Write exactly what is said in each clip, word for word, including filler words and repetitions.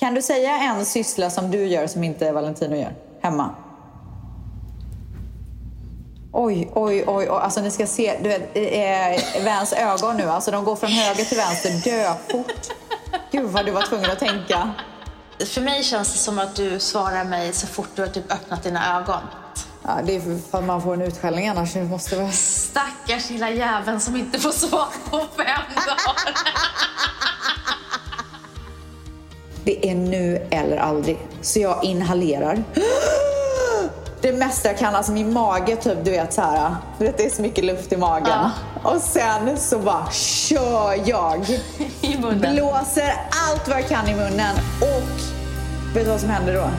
Kan du säga en syssla som du gör som inte Valentino gör hemma? Oj, oj, oj, oj. Alltså ni ska se, du vet, eh, Vans ögon nu. Alltså de går från höger till vänster döfort. Gud vad du var tvungen att tänka. För mig känns det som att du svarar mig så fort du har typ öppnat dina ögon. Ja, det är för att man får en utskällning annars. Det måste vara... Stackars lilla jäveln som inte får svar på fem dagar. Det är nu eller aldrig. Så jag inhalerar. Det mesta jag kan, alltså min mage typ, du vet så här. Du vet, det är så mycket luft i magen. Ja. Och sen så bara kör jag. I munnen. Blåser allt vad jag kan i munnen. Och vet du vad som händer då?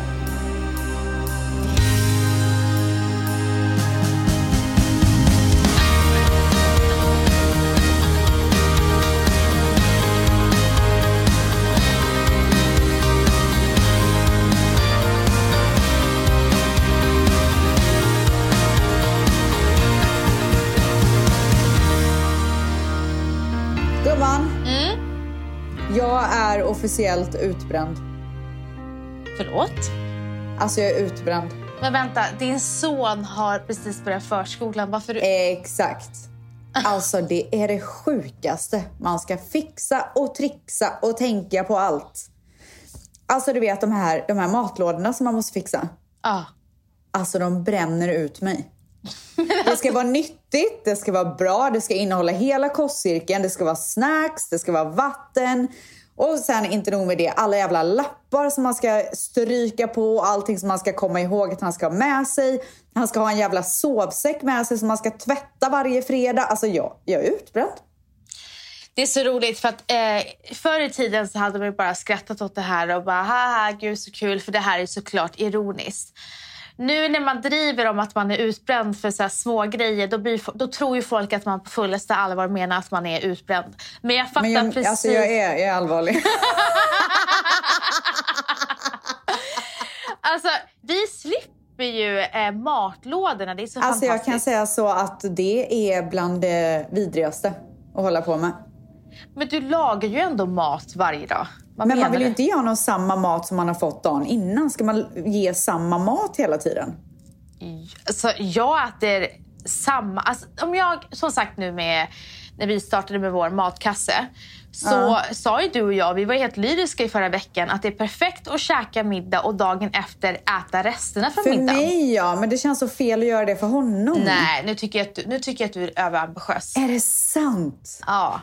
Mm. Jag är officiellt utbränd. Förlåt? Alltså jag är utbränd. Men vänta, din son har precis börjat förskolan. Varför du... Exakt. Alltså det är det sjukaste. Man ska fixa och trixa och tänka på allt. Alltså du vet de här, de här matlådorna som man måste fixa. Ja. Ah. Alltså de bränner ut mig. Det ska vara nyttigt, det ska vara bra, det ska innehålla hela kostcirkeln, det ska vara snacks, det ska vara vatten. Och sen inte nog med det, alla jävla lappar som man ska stryka på, allting som man ska komma ihåg att han ska ha med sig. Han ska ha en jävla sovsäck med sig som man ska tvätta varje fredag. Alltså jag, jag är utbränd. Det är så roligt för att eh, förr i tiden så hade man bara skrattat åt det här och bara haha, gud så kul, för det här är såklart ironiskt. Nu när man driver om att man är utbränd för så här små grejer, då, blir, då tror ju folk att man på fullaste allvar menar att man är utbränd. Men jag fattar Men jag, precis... Alltså jag är, jag är allvarlig. Alltså, vi slipper ju eh, matlådorna. Det är så alltså fantastiskt. Jag kan säga så att det är bland det vidrigaste att hålla på med. Men du lagar ju ändå mat varje dag. Vad Men man vill du? ju inte ge någon samma mat som man har fått dagen innan. Ska man ge samma mat hela tiden? Alltså, jag äter samma... Alltså, om jag, som sagt nu med... När vi startade med vår matkasse. Så ja. sa ju du och jag, vi var helt lyriska i förra veckan, att det är perfekt att käka middag och dagen efter äta resterna från för middagen. För mig ja, men det känns så fel att göra det för honom. Nej, nu tycker jag att du, nu tycker jag att du är överambitiös. Är det sant? Ja.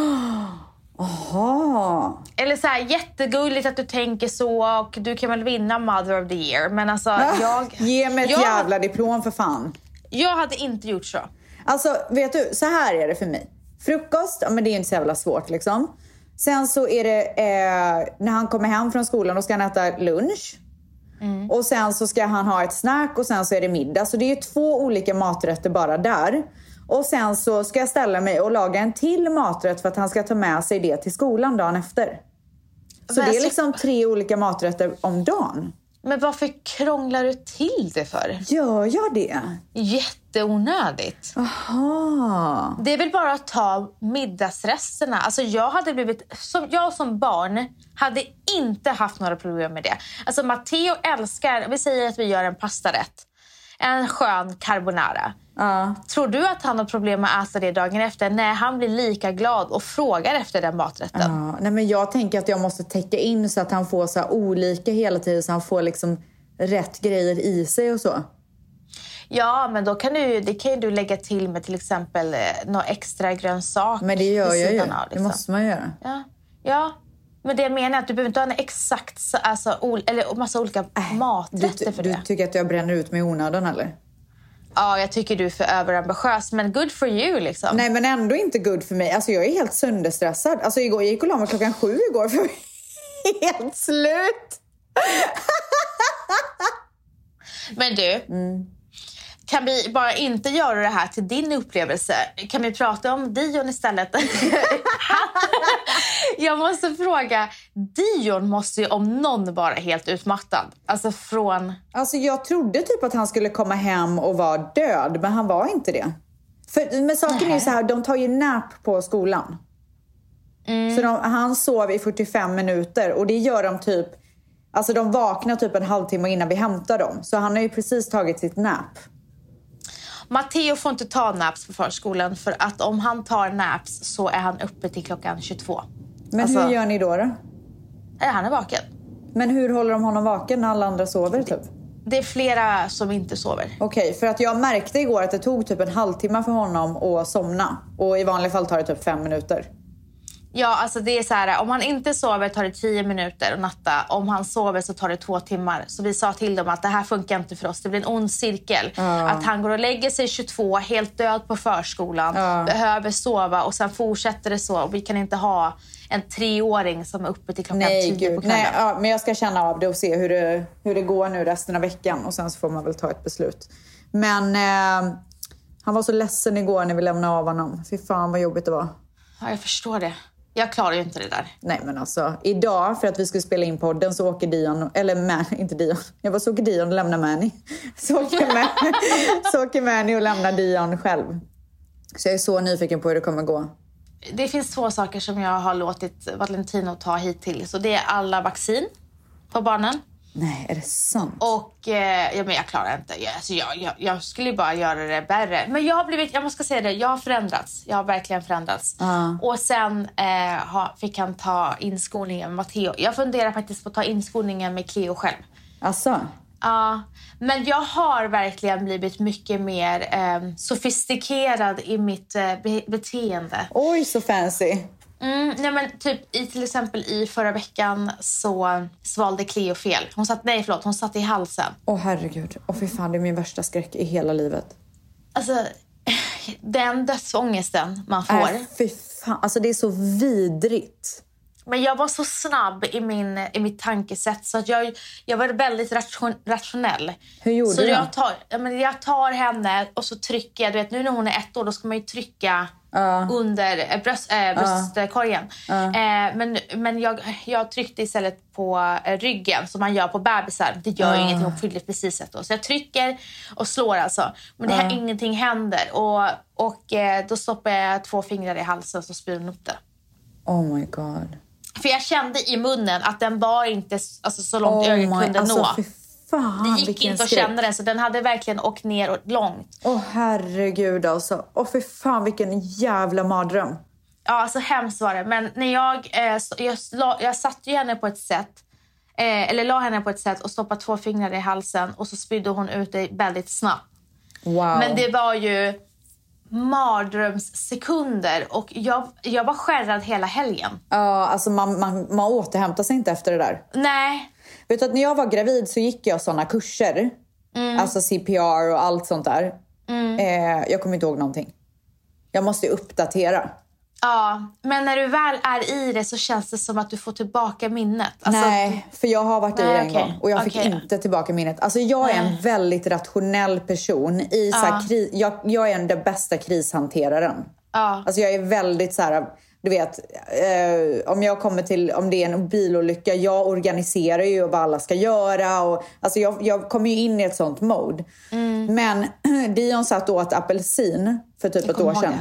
Aha. Eller så här, jättegulligt att du tänker så, och du kan väl vinna Mother of the Year. Men alltså, ah, jag... Ge mig ett jag, jävla diplom för fan. Jag hade inte gjort så. Alltså, vet du, så här är det för mig. Frukost, ja, men det är inte så jävla svårt liksom. Sen så är det, eh, när han kommer hem från skolan, då ska han äta lunch. Mm. Och sen så ska han ha ett snack och sen så är det middag. Så det är ju två olika maträtter bara där. Och sen så ska jag ställa mig och laga en till maträtt för att han ska ta med sig det till skolan dagen efter. Så men det är liksom tre olika maträtter om dagen. Men varför krånglar du till det för? Gör jag det? Jätteonödigt. Aha. Det är väl bara att ta middagsresterna. Alltså jag hade blivit, som, jag som barn hade inte haft några problem med det. Alltså Matteo älskar, vi säger att vi gör en pastarätt. En skön carbonara. Uh. Tror du att han har problem med att äta det dagen efter? Nej, han blir lika glad och frågar efter den maträtten. Uh. Nej, men jag tänker att jag måste täcka in så att han får så här olika hela tiden. Så han får liksom rätt grejer i sig och så. Ja, men då kan du, det kan ju du lägga till med till exempel eh, några extra grönsaker. Men det gör jag ju. Av, liksom. Det måste man göra. Ja, ja. Men det jag menar är att du behöver inte ha en exakt, alltså, ol- eller massa olika äh, maträtter du, för du det. Du tycker att jag bränner ut med onödan, eller? Ja, jag tycker du är för överambitiös. Men good for you, liksom. Nej, men ändå inte good för mig. Alltså, jag är helt sönderstressad. Alltså, igår, jag gick och la mig klockan sju igår. För jag är helt slut. Men du... Mm. Kan vi bara inte göra det här till din upplevelse? Kan vi prata om Dion istället? Jag måste fråga, Dion måste ju om någon vara helt utmattad. Alltså från... Alltså jag trodde typ att han skulle komma hem och vara död, men han var inte det. För, men saken Nej. är ju så här, de tar ju nap på skolan. Mm. Så de, han sov i fyrtiofem minuter och det gör de typ Alltså de vaknar typ en halvtimme innan vi hämtar dem. Så han har ju precis tagit sitt nap. Matteo får inte ta naps på förskolan. För att om han tar naps så är han uppe till klockan tjugotvå. Men alltså, hur gör ni då då? Han är vaken. Men hur håller de honom vaken när alla andra sover typ? Det är flera som inte sover. Okej, okay, för att jag märkte igår att det tog typ en halvtimme för honom att somna. Och i vanliga fall tar det typ fem minuter. Ja, alltså det är så här, om han inte sover tar det tio minuter att natta. Om han sover så tar det två timmar. Så vi sa till dem att det här funkar inte för oss. Det blir en ond cirkel. Uh. Att han går och lägger sig tjugotvå, helt död på förskolan. Uh. Behöver sova och sen fortsätter det så. Och vi kan inte ha en treåring som är uppe till klockan Nej, tio Gud. på kvällen. Nej, ja, men jag ska känna av det och se hur det, hur det går nu resten av veckan. Och sen så får man väl ta ett beslut. Men eh, han var så ledsen igår när vi lämnade av honom. Fy fan vad jobbigt det var. Ja, jag förstår det. Jag klarar ju inte det där. Nej men alltså, idag för att vi skulle spela in podden så åker Dion, eller Man, inte Dion. Jag var så åker Dion och lämnar Manny. Så åker Manny, så åker Manny och lämnar Dion själv. Så jag är så nyfiken på hur det kommer gå. Det finns två saker som jag har låtit Valentino ta hit till. Så det är alla vaccin på barnen. Nej, är det sant? Och eh, ja, men jag klarar inte. Jag, alltså, jag, jag, jag skulle bara göra det värre. Men jag har blivit, jag måste säga det, jag har förändrats. Jag har verkligen förändrats. Uh. Och sen eh, ha, fick han ta inskolningen med Matteo. Jag funderar faktiskt på att ta inskolningen med Cleo själv. Asså? Ja, uh, men jag har verkligen blivit mycket mer eh, sofistikerad i mitt eh, be- beteende. Oj, så fancy. Mm, nej men typ i, till exempel i förra veckan så svalde Cleo fel. Hon satt, nej förlåt, hon satt i halsen. Åh oh, herregud, åh oh, fy fan, det är min värsta skräck i hela livet. Alltså, den dödsångesten man får. Äh, fy fan, alltså det är så vidrigt. Men jag var så snabb i, min, i mitt tankesätt så att jag, jag var väldigt ration, rationell. Hur gjorde så du? Jag tar, jag tar henne och så trycker jag, du vet nu när hon är ett år då ska man ju trycka uh. under bröst, äh, bröstkorgen. Uh. Uh. Eh, men men jag, jag tryckte istället på ryggen som man gör på bebisar. Det gör uh. ingenting, hon fyller precis ett år. Så jag trycker och slår alltså. Men det här uh. ingenting händer. Och, och eh, då stoppar jag två fingrar i halsen så spyr hon upp det. Oh my god. För jag kände i munnen att den var inte alltså, så långt oh ögat kunde alltså, nå. Fan, det gick inte att känna den så den hade verkligen åkt ner och långt. Åh oh, herregud alltså. Åh oh, för fan vilken jävla mardröm. Ja alltså hemskt var det. Men när jag, eh, jag, jag, jag satte ju henne på ett sätt. Eh, eller la henne på ett sätt och stoppade två fingrar i halsen. Och så spydde hon ut det väldigt snabbt. Wow. Men det var ju mardrömssekunder och jag, jag var skärrad hela helgen. Ja, alltså man, man, man återhämtar sig inte efter det där. Nej. Vet du att när jag var gravid så gick jag såna kurser. Mm. Alltså C P R och allt sånt där. Mm. Eh, jag kommer inte ihåg någonting. Jag måste uppdatera. Ja, men när du väl är i det så känns det som att du får tillbaka minnet. Alltså, nej, för jag har varit nej, i det en okay. gång. Och jag fick okay. inte tillbaka minnet. Alltså jag är en nej. väldigt rationell person. I, så här, ja. kri- jag, jag är den bästa krishanteraren. Ja. Alltså jag är väldigt så här... Du vet, eh, om jag kommer till, om det är en bilolycka, jag organiserar ju vad alla ska göra. Och, alltså jag, jag kommer ju in i ett sånt mode. Mm. Men Dion satt då ett apelsin för typ ett år sedan.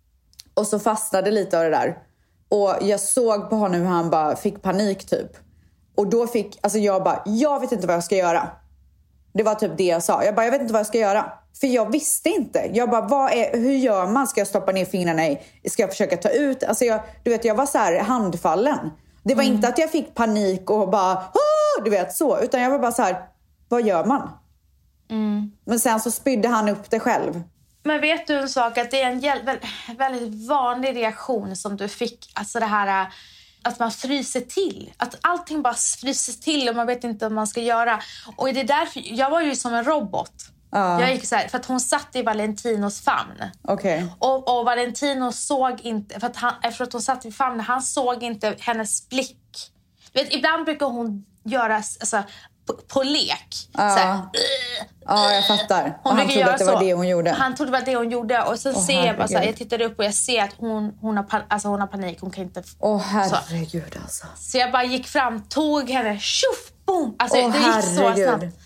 Och så fastnade lite av det där. Och jag såg på honom hur han bara fick panik typ. Och då fick, alltså jag bara, jag vet inte vad jag ska göra. Det var typ det jag sa. Jag bara, jag vet inte vad jag ska göra. För jag visste inte. Jag bara, vad är, hur gör man? Ska jag stoppa ner fingrarna i? Ska jag försöka ta ut? Alltså jag, du vet, jag var så här handfallen. Det var mm. inte att jag fick panik och bara, Åh! Du vet så. Utan jag var bara så här, vad gör man? Mm. Men sen så spydde han upp det själv. Men vet du en sak? Att det är en väldigt, väldigt vanlig reaktion som du fick. Alltså det här att man fryser till. Att allting bara fryser till och man vet inte vad man ska göra. Och det är därför, jag var ju som en robot. Uh. Jag gick så här, för att hon satt i Valentinos famn. Okay. Och, och Valentino såg inte, för att han, efter att hon satt i famn, han såg inte hennes blick. Du vet, ibland brukar hon göra alltså, på, på lek. Ja, uh. uh, jag fattar. Hon och han trodde att det var så. det hon gjorde. Han trodde det var det hon gjorde. Och så oh, ser jag bara så här, jag tittar upp och jag ser att hon, hon, har, alltså, hon har panik. Hon kan inte... Åh oh, herregud alltså. Så jag bara gick fram, tog henne, tjuff, boom. Alltså oh, det gick herregud. så snabbt.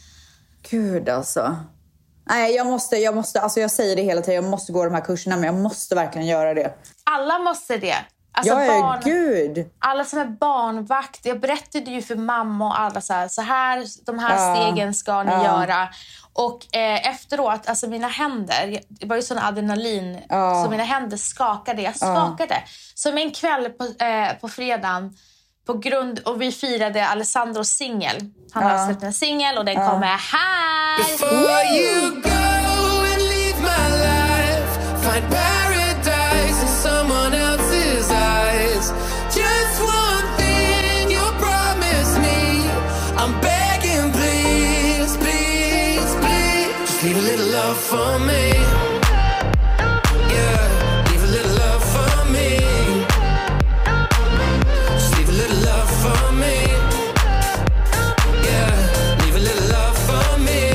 Gud alltså. Nej, jag måste, jag måste, alltså jag säger det hela tiden, jag måste gå de här kurserna, men jag måste verkligen göra det. Alla måste det. Alltså ja, barn, gud. alla som är barnvakt. Jag berättade ju för mamma och alla så här, så här de här ja. stegen ska ni ja. göra. Och eh, efteråt, alltså mina händer, det var ju sån adrenalin, ja. så mina händer skakade. Jag skakade. Ja. Så en kväll på, eh, på fredagen, på grund, och vi firade Alessandros singel. Han ja. har släppt en singel och den ja. kommer här. Before you go and leave my life, find paradise in someone else's eyes. Just one thing you promise me, I'm begging, please, please, please, just leave a little love for me. Yeah, leave a little love for me. Just leave a little love for me. Yeah, leave a little love for me.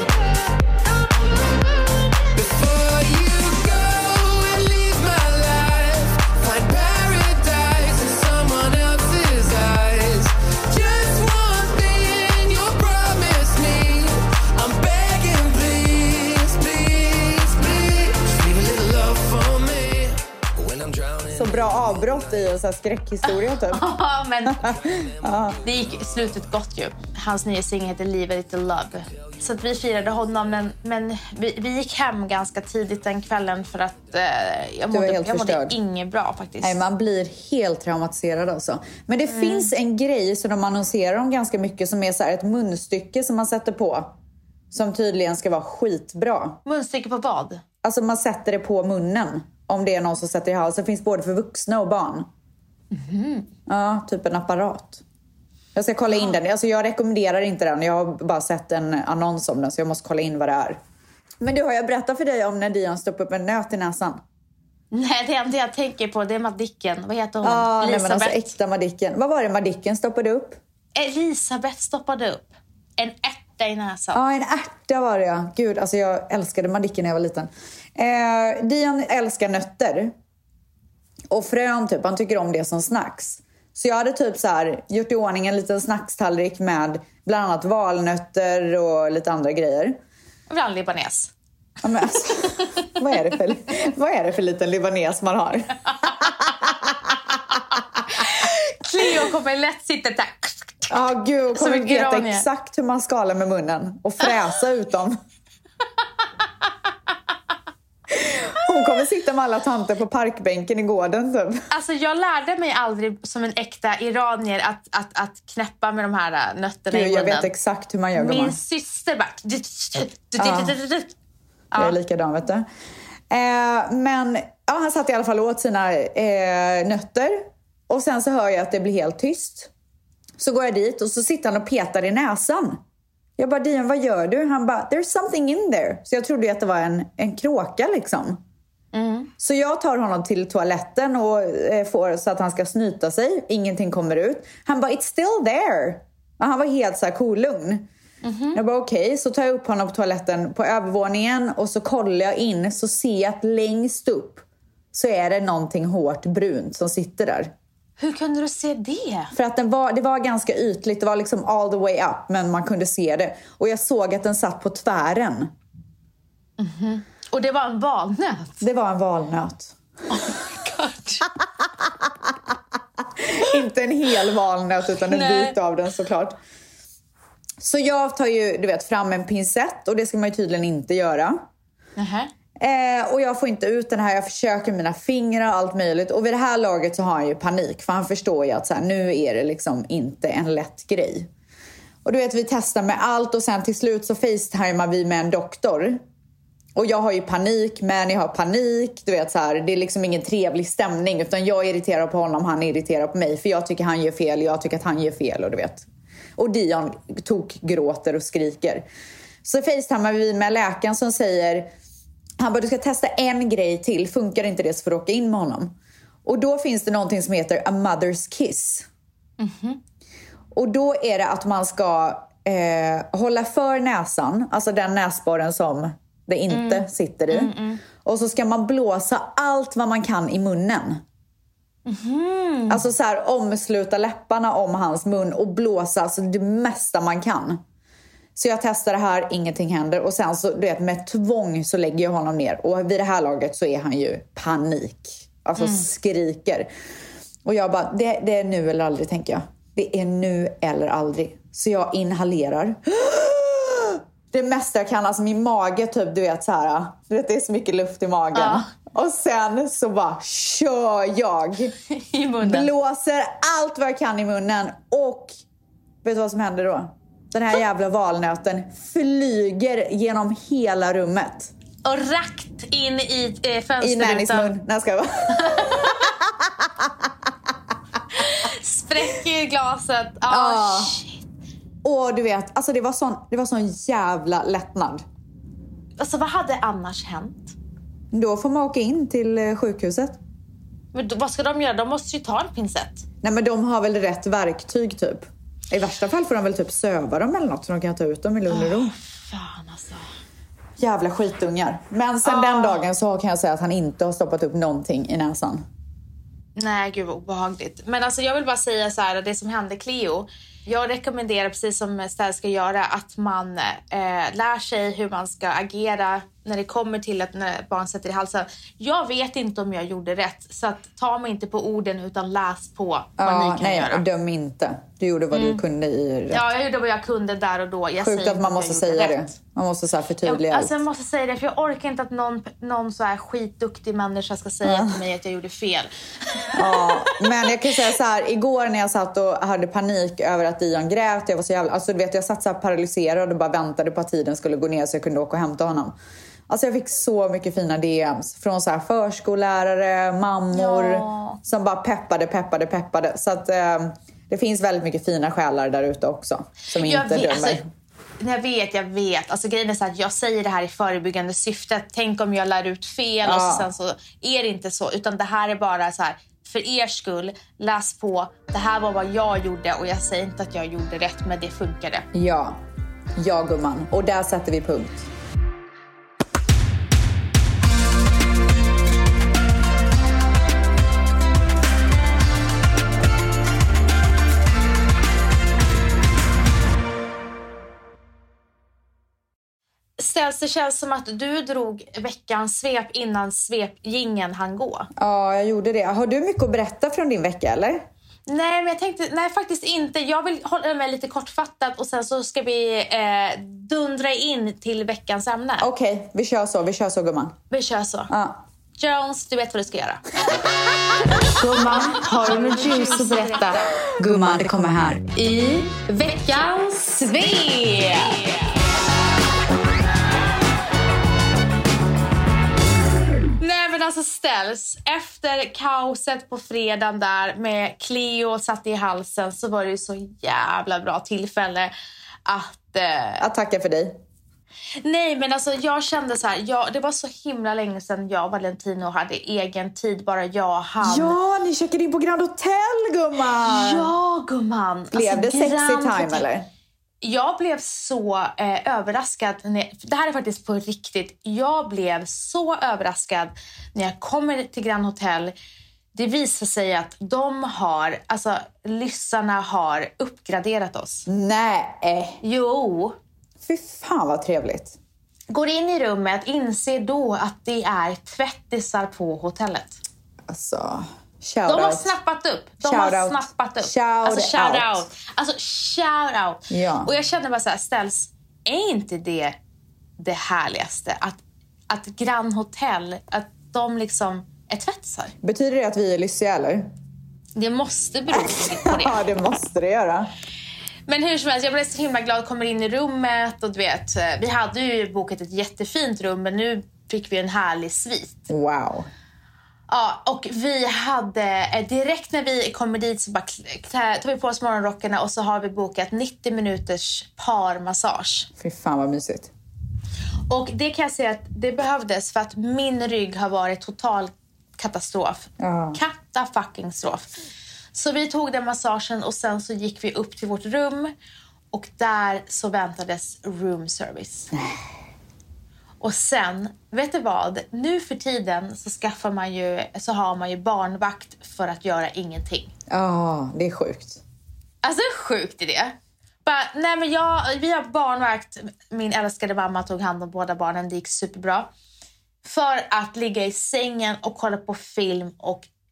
Before you go and leave my life, find paradise in someone else's eyes. Just one thing you promise me, I'm begging, please, please, please, just leave a little love for me. When I'm drowning. Så bra avbrott i en sån här skräckhistoria typ. Ja, men det gick slutet gott ju. Hans nya singel heter Leave a Little Love. Så att vi firade honom, men, men vi, vi gick hem ganska tidigt den kvällen för att eh, jag mådde, jag mådde inget bra faktiskt. Nej, man blir helt traumatiserad alltså. Men det mm. finns en grej som de annonserar om ganska mycket, som är så här ett munstycke som man sätter på. Som tydligen ska vara skitbra. Munstycke på vad? Alltså man sätter det på munnen. Om det är någon som sätter i halsen. Det finns både för vuxna och barn. Mm. Ja, typ en apparat. Jag ska kolla in den. Alltså jag rekommenderar inte den. Jag har bara sett en annons om den, så jag måste kolla in vad det är. Men du, har jag berättat för dig om när Dion stoppade upp en nöt i näsan? Nej, det enda jag tänker på, det är Madicken. Vad heter hon? Ah, Elisabeth. Nej, men alltså äkta Madicken. Vad var det Madicken stoppade upp? Elisabeth stoppade upp en ärta i näsan. Ja, ah, en ärta var det, ja. Gud, alltså jag älskade Madicken när jag var liten. Eh, Dion älskar nötter. Och frön typ, han tycker om det som snacks. Så jag hade typ så här gjort i ordning en liten snackstallrik med bland annat valnötter och lite andra grejer. Ibland libanes. Ja, men alltså, vad är det för, vad är det för liten libanes man har? Cleo kommer lätt sitta där. Ja, oh, gud, kommer veta exakt hur man skalar med munnen och fräsa ut dem. Hon kommer sitta med alla tanter på parkbänken i gården typ. Alltså jag lärde mig aldrig som en äkta iranier att, att, att knäppa med de här nötterna Gud, i munnen. jag vet exakt hur man gör. Min syster bara... Ja. Jag är likadan, vet du. Eh, men ja, han satt i alla fall åt sina eh, nötter. Och sen så hör jag att det blir helt tyst. Så går jag dit och så sitter han och petar i näsan. Jag bara, Dion, vad gör du? Han bara, there's something in there. Så jag trodde att det var en, en kråka liksom. Mm. Så jag tar honom till toaletten och eh, får så att han ska snyta sig. Ingenting kommer ut. Han bara, it's still there. Och han var helt så här kolugn. Mm-hmm. Jag bara, okej. Okay. Så tar jag upp honom på toaletten på övervåningen. Och så kollar jag in. Så ser jag att längst upp så är det någonting hårt brunt som sitter där. Hur kunde du se det? För att den var, det var ganska ytligt. Det var liksom all the way up. Men man kunde se det. Och jag såg att den satt på tvären. Mm-hmm. Och det var en valnöt? Det var en valnöt. Oh my God. Inte en hel valnöt utan en Nej. bit av den såklart. Så jag tar ju, du vet, fram en pincett. Och det ska man ju tydligen inte göra. Uh-huh. Eh, och jag får inte ut den här. Jag försöker med mina fingrar och allt möjligt. Och vid det här laget så har han ju panik. För han förstår ju att så här, nu är det liksom inte en lätt grej. Och du vet, vi testar med allt. Och sen till slut så facetimar vi med en doktor. Och jag har ju panik, men jag har panik. Du vet så här, det är liksom ingen trevlig stämning. Utan jag är irriterad på honom, han är irriterad på mig. För jag tycker han gör fel, jag tycker att han gör fel. Och du vet. Och Dion tok, gråter och skriker. Så facetimar vi med läkaren som säger... Han bara, du ska testa en grej till. Funkar inte det så får du åka in med honom. Och då finns det någonting som heter a mother's kiss. Mm-hmm. Och då är det att man ska eh, hålla för näsan. Alltså den näsborren som det inte mm. sitter i. Mm-mm. Och så ska man blåsa allt vad man kan i munnen. Mm-hmm. Alltså så här, omsluta läpparna om hans mun och blåsa alltså det mesta man kan. Så jag testar det här, ingenting händer. Och sen så, du vet, med tvång så lägger jag honom ner. Och vid det här laget så är han ju panik. Alltså mm. skriker. Och jag bara, det, det är nu eller aldrig, tänker jag. Det är nu eller aldrig. Så jag inhalerar. Det mesta jag kan, alltså min mage typ, du vet så här. Du vet, det är så mycket luft i magen. Ja. Och sen så bara kör jag. I munnen. Blåser allt vad jag kan i munnen. Och vet du vad som händer då? Den här jävla valnöten flyger genom hela rummet. Och rakt in i eh, I fönsterrutan. Nannys mun. Nej, ska jag vara. Spräcker glaset. Oh, Ja. shit. Och du vet, alltså det var sån, det var sån jävla lättnad. Alltså vad hade annars hänt? Då får man åka in till eh, sjukhuset. Men då, vad ska de göra? De måste ju ta en pincett. Nej, men de har väl rätt verktyg typ. I värsta fall får de väl typ söva dem eller något så de kan ta ut dem i lugn och ro. Oh, fan alltså. Jävla skitungar. Men sen Ah. den dagen så kan jag säga att han inte har stoppat upp någonting i näsan. Nej, gud vad obehagligt. Men alltså jag vill bara säga så här, det som hände Cleo. Jag rekommenderar, precis som Stell ska göra, att man eh, lär sig hur man ska agera när det kommer till att när barn sätter i halsen. Jag vet inte om jag gjorde rätt, så att ta mig inte på orden utan läs på vad Ja, ni kan nej, göra. döm inte. Du gjorde vad du kunde i rätt. Ja, jag gjorde vad jag kunde där och då. Jag Sjukt säger att inte man måste jag gjorde säga rätt. det. Man måste så här förtydliga Jag, alltså jag allt. måste säga det, för jag orkar inte att någon, någon så här skitduktig människa ska säga till mig att jag gjorde fel. Ja, men jag kan säga så här, igår när jag satt och hade panik över att Dion grät, jag var så jävla, alltså du vet, jag satt så här paralyserad och bara väntade på att tiden skulle gå ner så jag kunde åka och hämta honom. Alltså jag fick så mycket fina D M's från så här förskollärare, mammor Ja. som bara peppade, peppade, peppade. Så att eh, det finns väldigt mycket fina själar där ute också som Jag inte vet, dömer. alltså, jag vet, jag vet. Alltså grejen är så att jag säger det här i förebyggande syfte. Tänk om jag lär ut fel och Ja. så sen så är det inte så. Utan det här är bara så här, för er skull, läs på. Det här var vad jag gjorde och jag säger inte att jag gjorde rätt, men det funkade. Ja, ja gumman. Och där sätter vi punkt. Ställs, det känns som att du drog veckans svep innan svepgingen hann gå. Ja, jag gjorde det. Har du mycket att berätta från din vecka, eller? Nej, men jag tänkte, nej faktiskt inte. Jag vill hålla mig lite kortfattat och sen så ska vi eh, dundra in till veckans ämne. Okej, okay, vi kör så. Vi kör så, gumman. Vi kör så. Ja. Jones, du vet vad du ska göra. Gumman, har du något ljus att berätta? Gumman, det kommer här. I veckans svep! Nej men alltså Ställs, efter kaoset på fredagen där med Cleo satt i halsen så var det ju så jävla bra tillfälle att... Eh... Att tacka för dig. Nej men alltså jag kände så här, jag, det var så himla länge sedan jag och Valentino hade egen tid, bara jag och han. Ja, ni checkade in på Grand Hotel, gumman. Ja gumman. Blev alltså, det sexy Grand time Hotel. eller? Jag blev så eh, överraskad. När, det här är faktiskt på riktigt. Jag blev så överraskad när jag kommer till Grand Hotel. Det visar sig att de har, alltså lyssnarna har uppgraderat oss. Nej. Jo. Fy fan vad trevligt. Går in i rummet, inser då att det är tvättisar på hotellet. Alltså, shout De har out. snappat upp. De Shout har out. snappat upp. Shout alltså, shout out. out. Alltså shout out. Ja. Och jag kände bara så här, Ställs, är inte det det härligaste? Att, att Grand Hotel, att de liksom är tvättisar. Betyder det att vi är lyssiga eller? Det måste bero på det. Ja, det måste det göra. Men hur som helst, jag blev så himla glad, kommer in i rummet och du vet, vi hade ju bokat ett jättefint rum men nu fick vi en härlig svit. Wow. Ja, och vi hade, direkt när vi kommer dit så bara tar vi på oss morgonrockarna och så har vi bokat nittio minuters parmassage. Fy fan vad mysigt. Och det kan jag säga att det behövdes för att min rygg har varit total katastrof. Ja. Katafucking-strof. Så vi tog den massagen och sen så gick vi upp till vårt rum och där så väntades room service. Och sen, vet du vad? Nu för tiden så skaffar man ju, så har man ju barnvakt för att göra ingenting. Ja, det är sjukt. Alltså sjukt är det. Bara, nej men jag, vi har barnvakt. Min älskade mamma tog hand om båda barnen. Det gick superbra. För att ligga i sängen och kolla på film och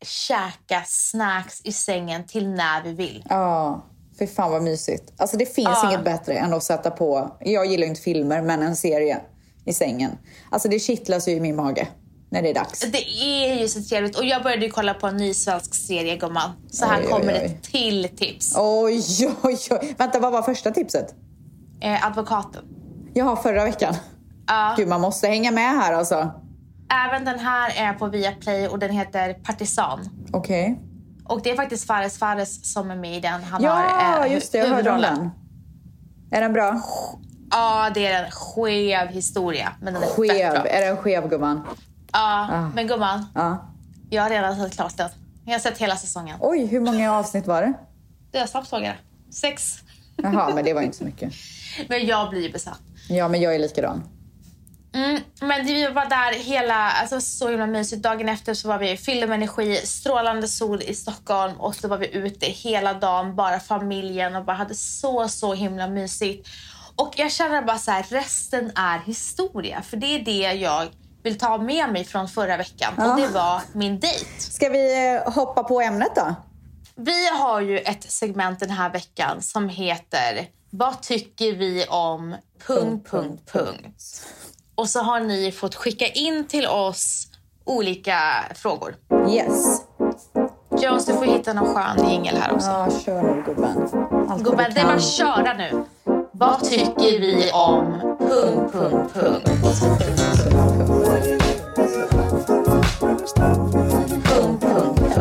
käka snacks i sängen till när vi vill. Ja, för fan vad mysigt. Alltså det finns Ja. inget bättre än att sätta på, jag gillar inte filmer, men en serie i sängen. Alltså det kittlas ju i min mage när det är dags. Det är ju så trevligt. Och jag började ju kolla på en ny svensk serie, gumman. Så här Oj, oj, kommer oj. ett till tips. Oj, oj, oj. Vänta, vad var första tipset? Eh, advokaten. Jaha, förra veckan. Ja. Gud, man måste hänga med här alltså. Även den här är på Viaplay och den heter Partisan. Okej. Och det är faktiskt Fares Fares som är med i den. Han Ja, har eh, just det. Jag hörde om huvudrollen. den. Är den bra? Ja, det är en skev historia. Men den är Skev. fett bra. Är den skev, gumman? Ja, Ah. men gumman, Ja. jag har redan sett klart den. Jag har sett hela säsongen. Oj, hur många avsnitt var det? Det är snabbt såg jag det. Sex. Jaha, men det var inte så mycket. Men jag blir besatt. Ja, men jag är likadan. Mm, men vi var där hela, alltså så himla mysigt. Dagen efter så var vi fyllda med energi, strålande sol i Stockholm. Och så var vi ute hela dagen, bara familjen. Och bara hade så, så himla mysigt. Och jag känner bara så här, resten är historia. För det är det jag vill ta med mig från förra veckan. Ja. Och det var min dejt. Ska vi eh, hoppa på ämnet då? Vi har ju ett segment den här veckan som heter Vad tycker vi om... Punkt, punkt, punkt. Och så har ni fått skicka in till oss olika frågor. Yes. Jones, du får hitta någon skön jingel här också. Ja, kör nu gubben. Allt Gubben, du det är kan. bara att köra nu. Vad tycker vi om... Punkt, punkt, punkt. Punkt, punkt,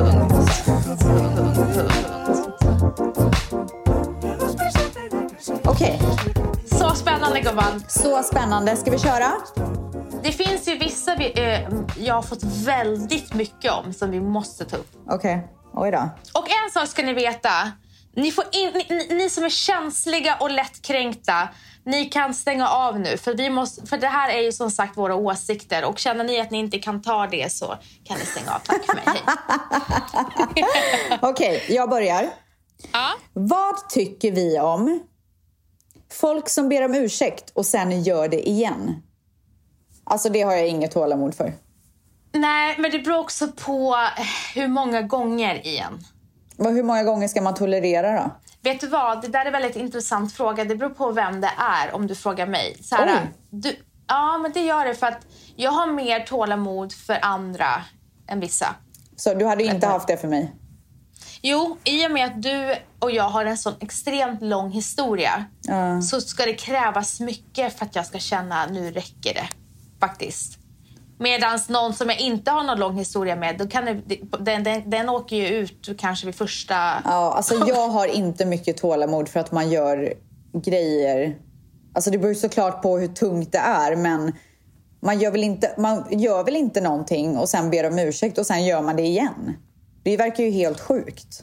punkt. Okej, Så spännande, gubben. så spännande. Ska vi köra? Det finns ju vissa vi, eh, jag har fått väldigt mycket om som vi måste ta upp. Okej, oj då. Och en sak ska ni veta. Ni, får in, ni, ni, ni som är känsliga och lättkränkta, ni kan stänga av nu. För, vi måste, för det här är ju som sagt våra åsikter. Och känner ni att ni inte kan ta det så kan ni stänga av. Tack för mig. Hej. Okej, jag börjar. Ja. Vad tycker vi om folk som ber om ursäkt och sen gör det igen? Alltså det har jag inget tålamod för. Nej, men det beror också på hur många gånger igen. Vad- Hur många gånger ska man tolerera då? Vet du vad? Det där är en väldigt intressant fråga. Det beror på vem det är, om du frågar mig. Så här, Oj. du, ja, men det gör det för att jag har mer tålamod för andra än vissa. Så du hade inte haft det för mig? Jo, i och med att du och jag har en sån extremt lång historia Ja. så ska det krävas mycket för att jag ska känna nu räcker det, faktiskt. Medan någon som jag inte har någon lång historia med, då kan det, den, den, den åker ju ut kanske vid första... Ja, alltså jag har inte mycket tålamod för att man gör grejer. Alltså det beror såklart på hur tungt det är, men man gör väl inte, man gör väl inte någonting och sen ber om ursäkt och sen gör man det igen. Det verkar ju helt sjukt.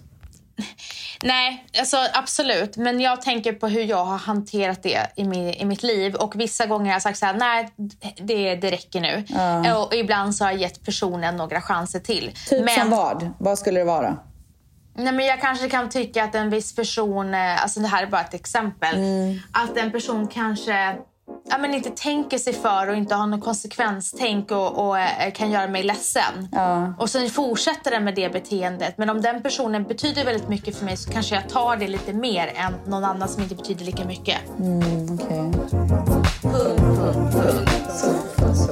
Nej, alltså absolut. Men jag tänker på hur jag har hanterat det i, min, i mitt liv. Och vissa gånger har jag sagt så här, nej, det, det räcker nu. Ja. Och ibland så har jag gett personen några chanser till. Typ men, som vad? Vad skulle det vara? Nej, men jag kanske kan tycka att en viss person, eh, alltså det här är bara ett exempel, Mm. att en person kanske ja, men inte tänker sig för och inte har någon konsekvenstänk och, och eh, kan göra mig ledsen. Ja. Och sen fortsätter den med det beteendet. Men om den personen betyder väldigt mycket för mig så kanske jag tar det lite mer än någon annan som inte betyder lika mycket. Mm, okej. Punkt, punkt, punkt.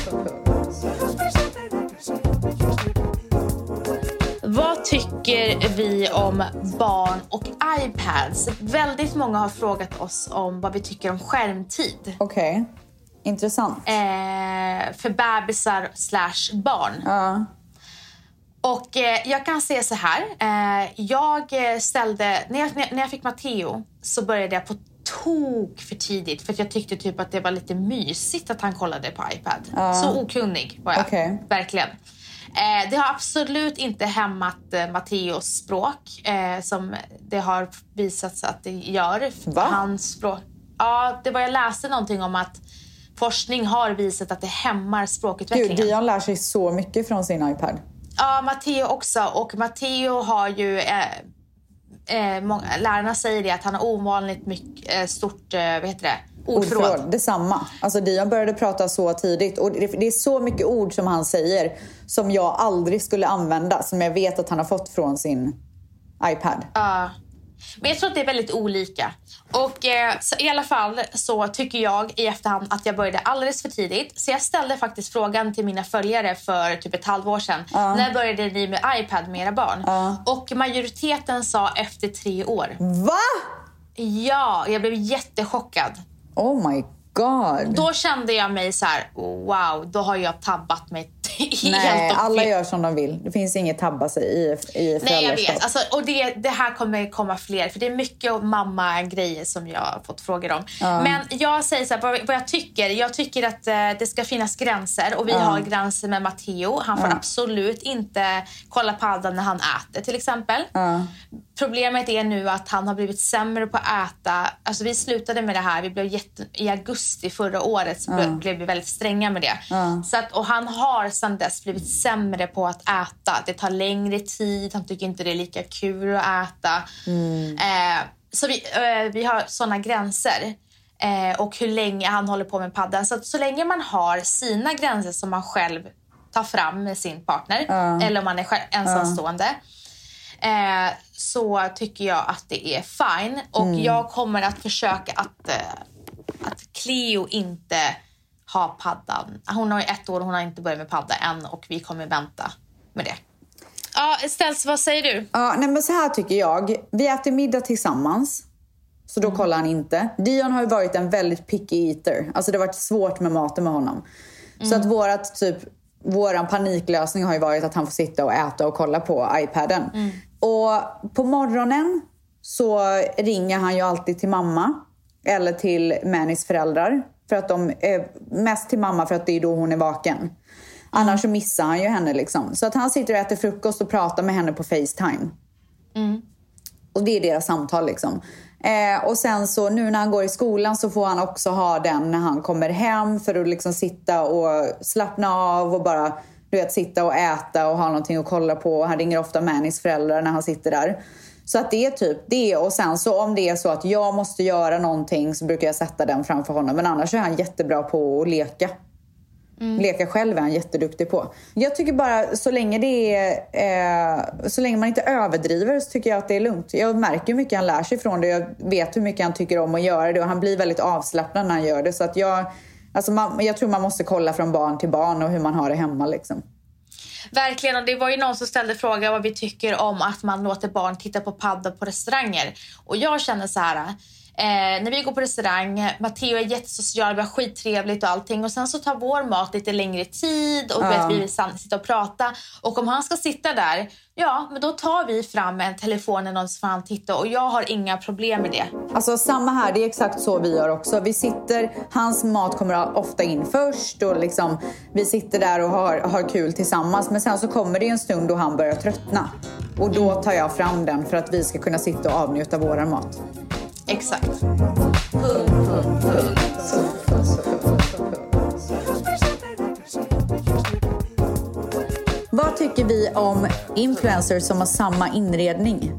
Vad tycker vi om barn och iPads? Väldigt många har frågat oss om vad vi tycker om skärmtid. Okej. Intressant. Eh, för bebisar slash barn. Ja. Och eh, jag kan säga så här. Eh, jag ställde... När jag, när jag fick Matteo så började jag på tok för tidigt. För att jag tyckte typ att det var lite mysigt att han kollade på iPad. Ja. Så okunnig var jag. Okej. Verkligen. Eh, det har absolut inte hämmat eh, Matteos språk. Eh, som det har visats att det gör. Va? Hans språk. Ja, det var jag läste någonting om att forskning har visat att det hämmar språkutvecklingen. Gud, Dion lär sig så mycket från sin iPad. Ja, Matteo också. Och Matteo har ju... Eh, eh, många, lärarna säger det att han har ovanligt mycket, eh, stort... Eh, vad heter det? Ordförråd. Ordförråd, detsamma. Alltså Dion började prata så tidigt. Och det, det är så mycket ord som han säger som jag aldrig skulle använda. Som jag vet att han har fått från sin iPad. Ja. Uh. Men jag tror att det är väldigt olika. Och eh, så i alla fall så tycker jag i efterhand att jag började alldeles för tidigt. Så jag ställde faktiskt frågan till mina följare för typ ett halvår sedan. Uh. När började ni med iPad med era barn? Uh. Och majoriteten sa efter tre år. Va? Ja, jag blev jättechockad. Oh my god. Då kände jag mig så här: wow, då har jag tabbat mig helt. Nej, alla gör som de vill. Det finns inget tabba sig i, i föräldraskap. Nej, jag vet. Alltså, och det, det här kommer komma fler. För det är mycket mamma-grejer som jag har fått frågor om. Ja. Men jag säger så här, vad, vad jag tycker. Jag tycker att eh, det ska finnas gränser. Och vi ja. har gränser med Matteo. Han får ja. absolut inte kolla paddan när han äter till exempel. Ja. Problemet är nu att han har blivit sämre på att äta. Alltså vi slutade med det här. Vi blev jätte, i augusti förra året så ja. blev vi väldigt stränga med det. Ja. Så att, och han har sedan dess blivit sämre på att äta. Det tar längre tid. Han tycker inte det är lika kul att äta. Mm. Eh, så vi, eh, vi har sådana gränser. Eh, och hur länge han håller på med paddan. Så att så länge man har sina gränser som man själv tar fram med sin partner. Ja. Eller om man är själv, ensamstående. Ja. Eh, så tycker jag att det är fine. Och mm. jag kommer att försöka att, eh, att Cleo inte har paddan. Hon har ju ett år och hon har inte börjat med padda än. Och vi kommer vänta med det. Ja, Ställs, vad säger du? Ja, nej, men så här tycker jag. Vi äter middag tillsammans. Så då mm. kollar han inte. Dion har ju varit en väldigt picky eater. Alltså det har varit svårt med maten med honom. Mm. Så att vårat typ... Våran paniklösning har ju varit att han får sitta och äta och kolla på iPaden. Mm. Och på morgonen så ringer han ju alltid till mamma. Eller till Mannys föräldrar. För att de är mest till mamma för att det är då hon är vaken. Mm. Annars så missar han ju henne liksom. Så att han sitter och äter frukost och pratar med henne på FaceTime. Mm. Och det är deras samtal liksom. Eh, och sen så nu när han går i skolan så får han också ha den när han kommer hem. För att liksom sitta och slappna av och bara du vet, sitta och äta och ha någonting att kolla på. Han ringer ofta Mannys föräldrar när han sitter där. Så att det är typ det. Och sen så om det är så att jag måste göra någonting så brukar jag sätta den framför honom. Men annars är han jättebra på att leka. Mm. Leka själv är han jätteduktig på. Jag tycker bara så länge det är eh, så länge man inte överdriver så tycker jag att det är lugnt. Jag märker hur mycket han lär sig från det. Jag vet hur mycket han tycker om att göra det. Och han blir väldigt avslappnad när han gör det. Så att jag, alltså man, jag tror man måste kolla från barn till barn och hur man har det hemma liksom. Verkligen, och det var ju någon som ställde frågan vad vi tycker om att man låter barn titta på padda på restauranger. Och jag känner så här... Eh, när vi går på restaurang, Matteo är jättesocial, vi har skittrevligt och allting. Och sen så tar vår mat lite längre tid och ja. vet, vi vill sitta och prata. Och om han ska sitta där, ja, men då tar vi fram en telefon eller något så får han titta. Och jag har inga problem med det. Alltså samma här, det är exakt så vi gör också. Vi sitter, hans mat kommer ofta in först och liksom, vi sitter där och har, har kul tillsammans. Men sen så kommer det en stund då han börjar tröttna. Och då tar jag fram den för att vi ska kunna sitta och avnjuta våran mat. Exakt. Vad tycker vi om influencers som har samma inredning?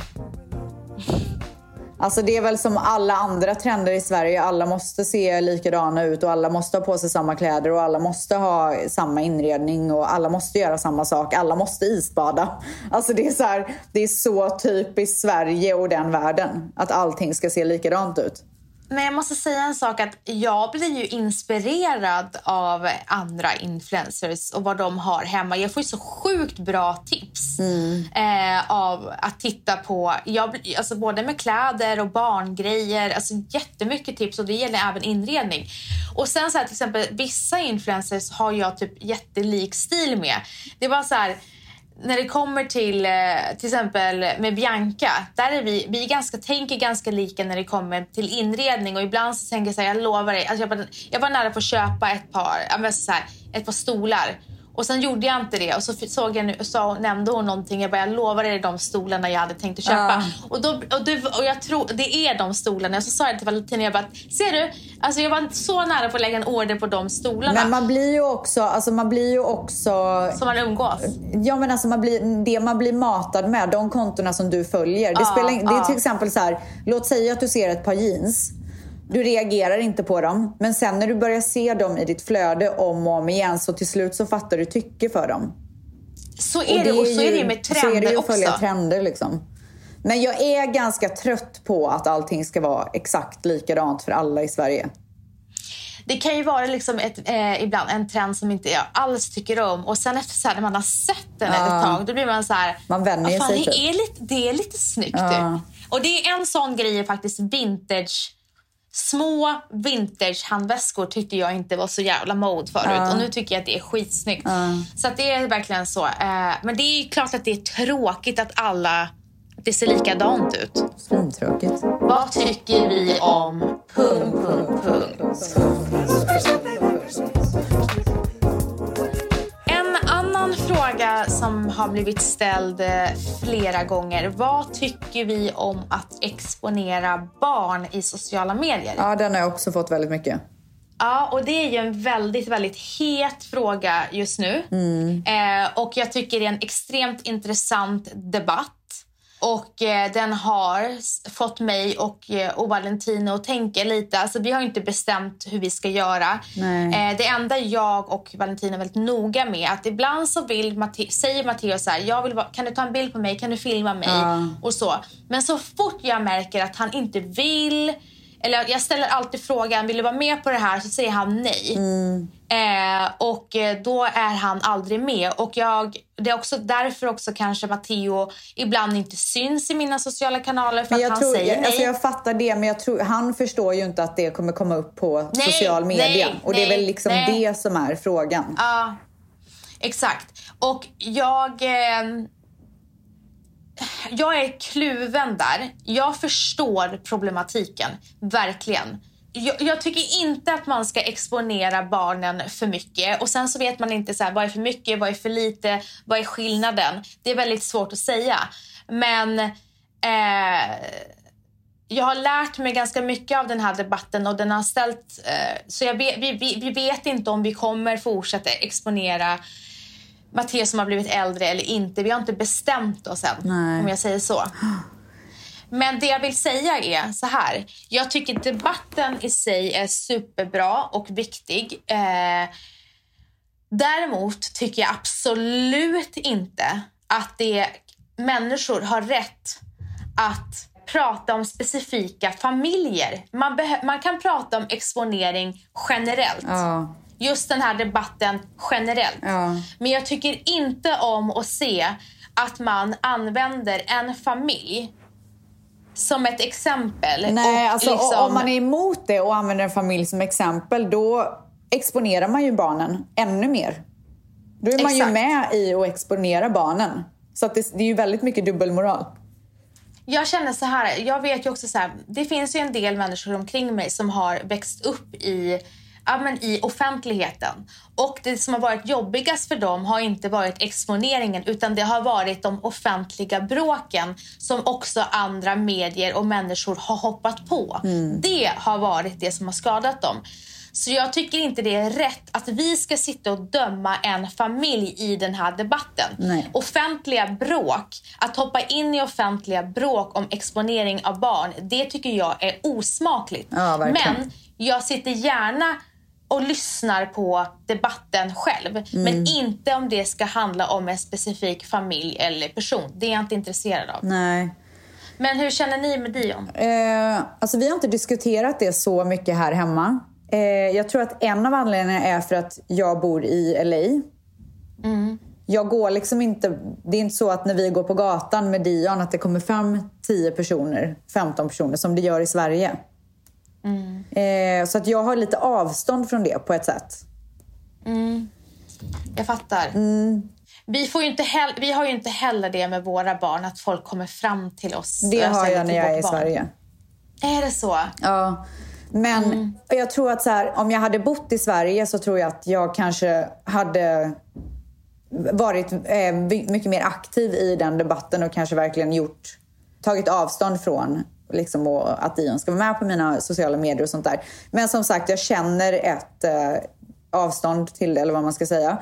Alltså det är väl som alla andra trender i Sverige. Alla måste se likadana ut och alla måste ha på sig samma kläder och alla måste ha samma inredning och alla måste göra samma sak. Alla måste isbada. Alltså det är så här, det är så typiskt Sverige och den världen att allting ska se likadant ut. Men jag måste säga en sak, att jag blir ju inspirerad av andra influencers och vad de har hemma. Jag får ju så sjukt bra tips mm. eh, av att titta på, jag, alltså både med kläder och barngrejer, alltså jättemycket tips, och det gäller även inredning. Och sen så här, till exempel vissa influencers har jag typ jättelik stil med. Det var så här, när det kommer till till exempel med Bianca, där är vi vi är ganska tänker ganska lika när det kommer till inredning, och ibland så tänker jag så här, jag lovar dig, alltså jag var jag var nära på att köpa ett par, jag så här, ett par stolar. Och sen gjorde jag inte det. Och så såg jag nu, så nämnde hon någonting. Jag bara, jag lovar dig de stolarna jag hade tänkt att köpa. Ja. Och, då, och, det, och jag tror, det är de stolarna. Och så sa jag till Valentina, jag bara, ser du? Alltså jag var så nära på att lägga en order på de stolarna. Men man blir ju också, alltså man blir ju också... Som man umgås. Ja, men alltså man blir, det man blir matad med, de kontorna som du följer. Det, ja, spelar, det är ja. till exempel så här, låt säga att du ser ett par jeans. Du reagerar inte på dem. Men sen när du börjar se dem i ditt flöde om och om igen, så till slut så fattar du tycke för dem. Så är och det, och så är det ju med trender också. Så är det ju att följa trender liksom. Men jag är ganska trött på att allting ska vara exakt likadant för alla i Sverige. Det kan ju vara liksom ett, eh, ibland en trend som inte jag alls tycker om. Och sen efter så här, när man har sett den ja. ett tag, då blir man så här... Man vänjer fan, sig det, typ. är lite, det är lite snyggt ja. typ. Och det är en sån grej är faktiskt vintage. Små vintage-handväskor tyckte jag inte var så jävla mode förut. Ja. Och nu tycker jag att det är skitsnyggt. Ja. Så att det är verkligen så. Eh, men det är ju klart att det är tråkigt att alla... Det ser likadant ut. Svintråkigt. Vad tycker vi om punkt, punkt, punkt? En annan fråga som har blivit ställd flera gånger. Vad tycker vi om att exponera barn i sociala medier? Ja, den har jag också fått väldigt mycket. Ja, och det är ju en väldigt, väldigt het fråga just nu. Mm. Eh, och jag tycker det är en extremt intressant debatt. Och eh, den har fått mig och, eh, och Valentino att tänka lite. Alltså vi har inte bestämt hur vi ska göra. Eh, det enda jag och Valentino är väldigt noga med. Att ibland så vill Mate- säger Matteo så här. Jag vill va- kan du ta en bild på mig? Kan du filma mig? Ja. Och så. Men så fort jag märker att han inte vill... Eller jag ställer alltid frågan, vill du vara med på det här? Så säger han nej. Mm. Eh, och då är han aldrig med. Och jag, det är också därför också kanske Matteo ibland inte syns i mina sociala kanaler. För men att jag han tror, säger nej. Alltså jag fattar det, men jag tror, han förstår ju inte att det kommer komma upp på nej, social media. Nej, och det är nej, väl liksom nej. det som är frågan. Ja, exakt. Och jag... Eh, Jag är kluven där. Jag förstår problematiken, verkligen. Jag, jag tycker inte att man ska exponera barnen för mycket. Och sen så vet man inte så här, vad är för mycket, vad är för lite, vad är skillnaden. Det är väldigt svårt att säga. Men eh, jag har lärt mig ganska mycket av den här debatten. Och den har ställt... Eh, så jag vet, vi, vi, vi vet inte om vi kommer fortsätta exponera Matteo som har blivit äldre eller inte. Vi har inte bestämt oss än, nej. Om jag säger så. Men det jag vill säga är så här. Jag tycker debatten i sig är superbra och viktig. Eh, däremot tycker jag absolut inte att det, människor har rätt att prata om specifika familjer. Man, beh- man kan prata om exponering generellt. Ja. Just den här debatten generellt. Ja. Men jag tycker inte om att se att man använder en familj som ett exempel. Nej, och alltså liksom... om man är emot det och använder en familj som exempel, då exponerar man ju barnen ännu mer. Då är man Exakt. ju med i att exponera barnen. Så att det, det är ju väldigt mycket dubbelmoral. Jag känner så här, jag vet ju också så här, det finns ju en del människor omkring mig som har växt upp i... Ja, men i offentligheten. Och det som har varit jobbigast för dem har inte varit exponeringen, utan det har varit de offentliga bråken som också andra medier och människor har hoppat på. Mm. Det har varit det som har skadat dem. Så jag tycker inte det är rätt att vi ska sitta och döma en familj i den här debatten. Nej. Offentliga bråk, att hoppa in i offentliga bråk om exponering av barn, det tycker jag är osmakligt. Ja, verkligen. Men jag sitter gärna och lyssnar på debatten själv. Mm. Men inte om det ska handla om en specifik familj eller person. Det är jag inte intresserad av. Nej. Men hur känner ni med Dion? Eh, alltså vi har inte diskuterat det så mycket här hemma. Eh, jag tror att en av anledningarna är för att jag bor i L A. Mm. Jag går liksom inte... Det är inte så att när vi går på gatan med Dion att det kommer fram tio personer, femton personer som det gör i Sverige. Mm. Eh, så att jag har lite avstånd från det på ett sätt. Mm. Jag fattar. Mm. Vi, får ju inte heller, vi har ju inte heller det med våra barn, att folk kommer fram till oss. Det har jag när jag är i barn. Sverige. Är det så? Ja. Men mm. jag tror att så här, om jag hade bott i Sverige så tror jag att jag kanske hade varit eh, mycket mer aktiv i den debatten och kanske verkligen gjort, tagit avstånd från liksom, och att Dion ska vara med på mina sociala medier och sånt där. Men som sagt, jag känner ett eh, avstånd till det, eller vad man ska säga.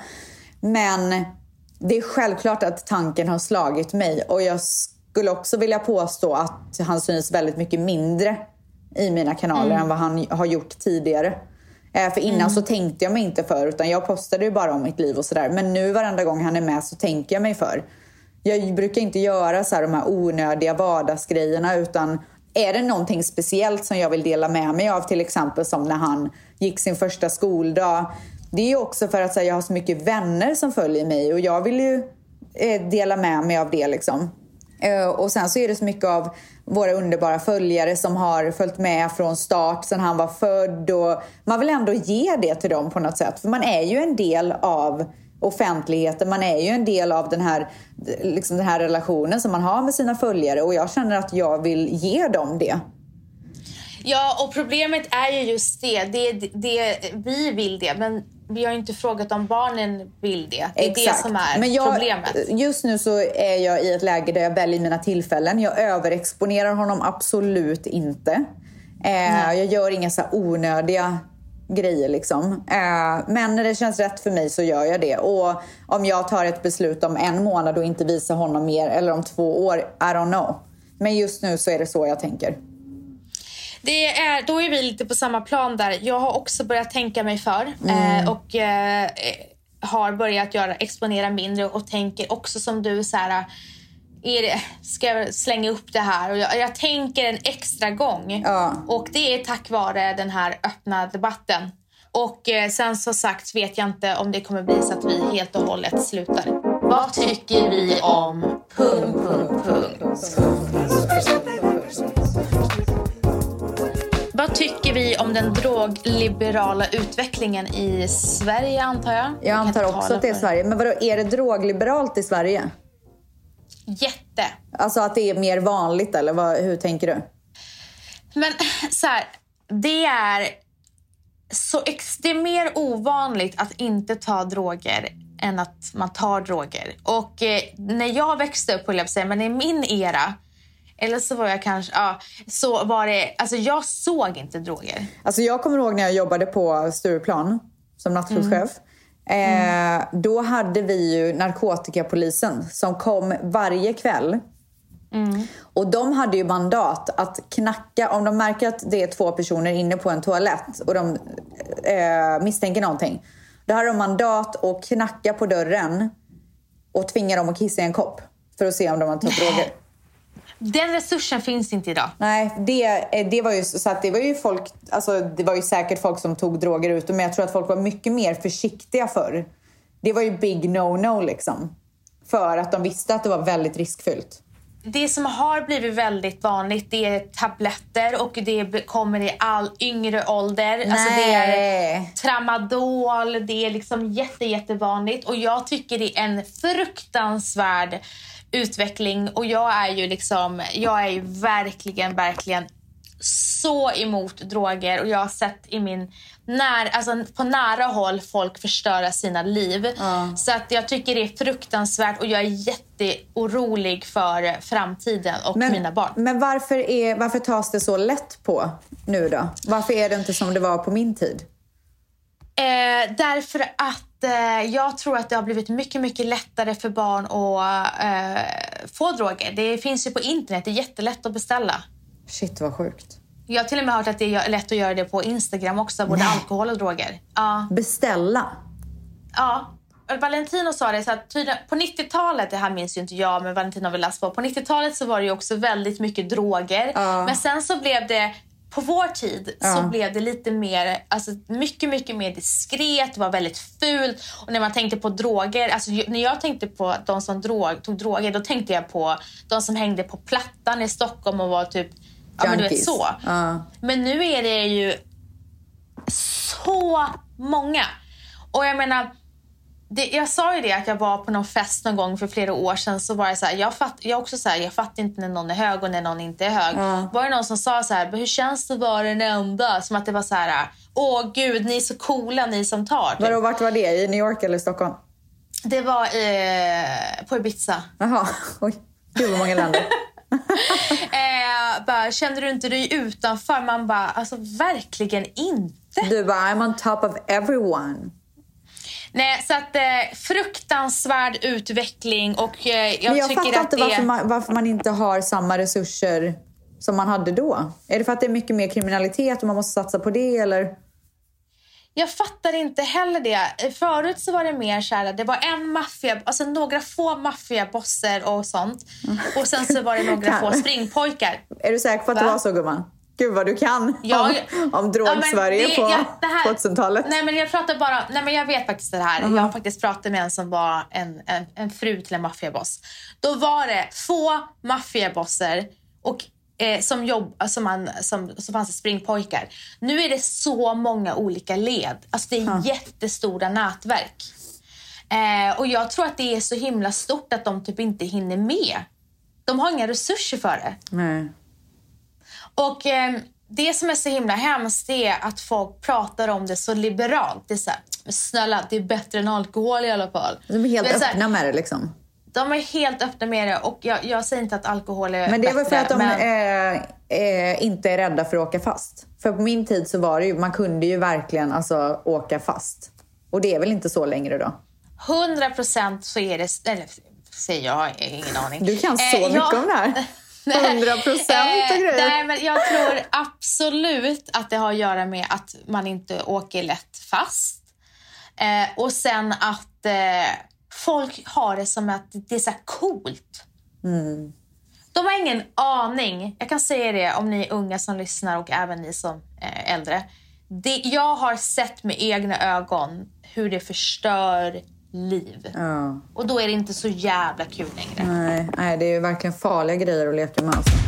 Men det är självklart att tanken har slagit mig, och jag skulle också vilja påstå att han syns väldigt mycket mindre i mina kanaler mm. än vad han har gjort tidigare. Eh, för innan mm. så tänkte jag mig inte för, utan jag postade ju bara om mitt liv och sådär. Men nu varenda gång han är med så tänker jag mig för. Jag brukar inte göra så här de här onödiga vardagsgrejerna, utan är det någonting speciellt som jag vill dela med mig av, till exempel som när han gick sin första skoldag. Det är ju också för att så här, jag har så mycket vänner som följer mig och jag vill ju eh, dela med mig av det liksom. Eh, och sen så är det så mycket av våra underbara följare som har följt med från start sedan han var född, och man vill ändå ge det till dem på något sätt. För man är ju en del av offentligheten, man är ju en del av den här, liksom den här relationen som man har med sina följare, och jag känner att jag vill ge dem det. Ja, och problemet är ju just det. det, det vi vill det, men vi har ju inte frågat om barnen vill det. Det är Exakt. det som är men jag, problemet. Just nu så är jag i ett läge där jag väljer mina tillfällen. Jag överexponerar honom absolut inte. Eh, jag gör inga så här onödiga grejer liksom. Eh, men när det känns rätt för mig så gör jag det. Och om jag tar ett beslut om en månad och inte visar honom mer, eller om två år, I don't know. Men just nu så är det så jag tänker. Det är, då är vi lite på samma plan där. Jag har också börjat tänka mig för. Mm. Eh, och eh, har börjat göra, exponera mindre. Och tänker också som du så här... Är det, ska jag slänga upp det här? Och jag, jag tänker en extra gång. Ja. Och det är tack vare den här öppna debatten. Och eh, sen så sagt vet jag inte om det kommer bli så att vi helt och hållet slutar. Vad tycker vi om... Punkt, punkt, punkt. Vad tycker vi om den drogliberala utvecklingen i Sverige, antar jag? Jag antar också att det är Sverige. Men vadå, är det drogliberalt i Sverige? Jätte. Alltså att det är mer vanligt, eller vad, hur tänker du? Men så här, det är så det är mer ovanligt att inte ta droger än att man tar droger. Och eh, när jag växte upp, jag säga, men i min era, eller så var jag kanske, ja, så var det, alltså jag såg inte droger. Alltså jag kommer ihåg när jag jobbade på Stureplan som nattklubbschef. Mm. Eh, då hade vi ju narkotikapolisen som kom varje kväll. Mm. Och de hade ju mandat att knacka, om de märker att det är två personer inne på en toalett och de eh, misstänker någonting. Då hade de mandat att knacka på dörren och tvinga dem att kissa i en kopp för att se om de har tagit droger. Den resursen finns inte idag. Nej, det, det var ju så att det var ju folk, alltså det var ju säkert folk som tog droger ut, men jag tror att folk var mycket mer försiktiga förr. Det var ju big no-no liksom. För att de visste att det var väldigt riskfyllt. Det som har blivit väldigt vanligt, det är tabletter, och det kommer i all yngre ålder. Nej. Alltså det är tramadol, det är liksom jätte, jättevanligt. Och jag tycker det är en fruktansvärd utveckling, och jag är ju liksom jag är ju verkligen verkligen så emot droger, och jag har sett i min när alltså på nära håll folk förstöra sina liv. Mm. Så att jag tycker det är fruktansvärt, och jag är jätteorolig för framtiden och men, mina barn. Men varför är varför tas det så lätt på nu då? Varför är det inte som det var på min tid? Eh, därför att eh, jag tror att det har blivit mycket, mycket lättare för barn att eh, få droger. Det finns ju på internet, det är jättelätt att beställa. Shit, vad sjukt. Jag har till och med hört att det är lätt att göra det på Instagram också, både Nej. alkohol och droger. Ja. Beställa? Ja. Valentino sa det så att tydligen, på nittiotalet, det här minns ju inte jag, men Valentino har väl läst på. På nittiotalet så var det ju också väldigt mycket droger. Ja. Men sen så blev det... På vår tid ja. så blev det lite mer, alltså mycket, mycket mer diskret. Det var väldigt fult. Och när man tänkte på droger, alltså när jag tänkte på de som drog, tog droger, då tänkte jag på de som hängde på Plattan i Stockholm och var typ, ja men du vet så. Ja. Men nu är det ju så många. Och jag menar, det, jag sa ju det att jag var på någon fest någon gång för flera år sedan, så var jag så här, jag fatt, jag också så här, jag fattar inte när någon är hög och när någon inte är hög. Mm. Var det någon som sa så här, hur känns det att vara den enda? Som att det var så här, åh gud, ni är så coola, ni som tar. Vadå, vart var det? I New York eller Stockholm? Det var eh, på Ibiza. Jaha, oj, gud vad många länder. eh, bara, kände du inte dig utanför? Man bara, alltså verkligen inte. Du bara, I'm on top of everyone. Nej, så att eh, fruktansvärd utveckling, och eh, jag, Men jag tycker fattar att inte det... varför man, varför man inte har samma resurser som man hade då? Är det för att det är mycket mer kriminalitet och man måste satsa på det, eller? Jag fattar inte heller det. Förut så var det mer så här, det var en maffia, alltså några få maffiabosser och sånt. Och sen så var det några få springpojkar. Är du säker på att Va? det var så, gumman? Gud vad du kan Ja, om, om drog-Sverige ja, på ja, det här, tvåtusentalet. Nej, men jag pratar bara, nej men jag vet faktiskt det här. Mm. Jag har faktiskt pratat med en som var en, en, en fru till en maffiaboss. Då var det få maffiabosser och eh, som jobb, som, man, som, som fanns det springpojkar. Nu är det så många olika led. Alltså det är Mm. jättestora nätverk. Eh, och jag tror att det är så himla stort att de typ inte hinner med. De har inga resurser för det. Nej. Och eh, det som är så himla hemskt är att folk pratar om det så liberalt. Det är så här, snälla, det är bättre än alkohol i alla fall. De är helt Det är så här, öppna med det liksom. De är helt öppna med det och jag, jag säger inte att alkohol är Men det är väl för bättre, att de men... eh, eh, inte är rädda för att åka fast. För på min tid så var det ju, man kunde ju verkligen alltså åka fast. Och det är väl inte så längre då? hundra procent så är det, eller säger jag, jag har ingen aning. Du kan så Eh, mycket jag- om det här. hundra procent och Eh, grejer. nej, men jag tror absolut att det har att göra med att man inte åker lätt fast. Eh, och sen att eh, folk har det som att det är så här coolt. Mm. De har ingen aning. Jag kan säga det om ni är unga som lyssnar och även ni som eh, äldre. Det, jag har sett med egna ögon hur det förstör liv. Ja. Och då är det inte så jävla kul längre. Nej, nej, det är ju verkligen farliga grejer att leka med alltså.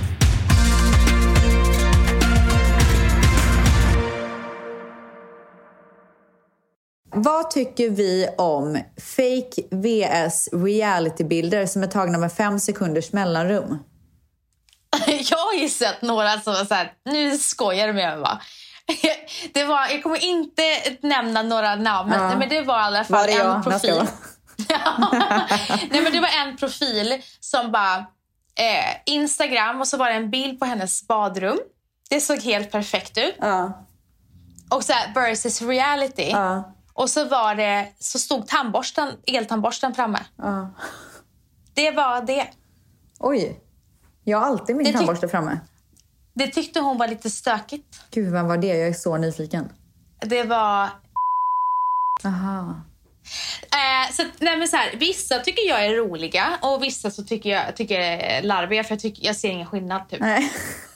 Vad tycker vi om fake vs realitybilder som är tagna med fem sekunders mellanrum? Jag har ju sett några som var så här, nu skojar du med mig va? Det var, jag kommer inte nämna några namn, Ja. men det var i alla fall Var det jag? en profil. Jag Ja. Nej, men det var en profil som bara eh, Instagram och så var det en bild på hennes badrum. Det såg helt perfekt ut. Ja. Och så här, versus reality. Ja. Och så var det, så stod tandborsten, eltandborsten framme. Ja. Det var det. Oj, jag har alltid min Det tyck- tandborste framme. Det tyckte hon var lite stökigt. Gud, vem var det? Jag är så nyfiken. Det var... Aha. Eh, så, nej men så här, vissa tycker jag är roliga och vissa så tycker jag, tycker jag är larviga för jag, tycker, jag ser ingen skillnad typ. Nej.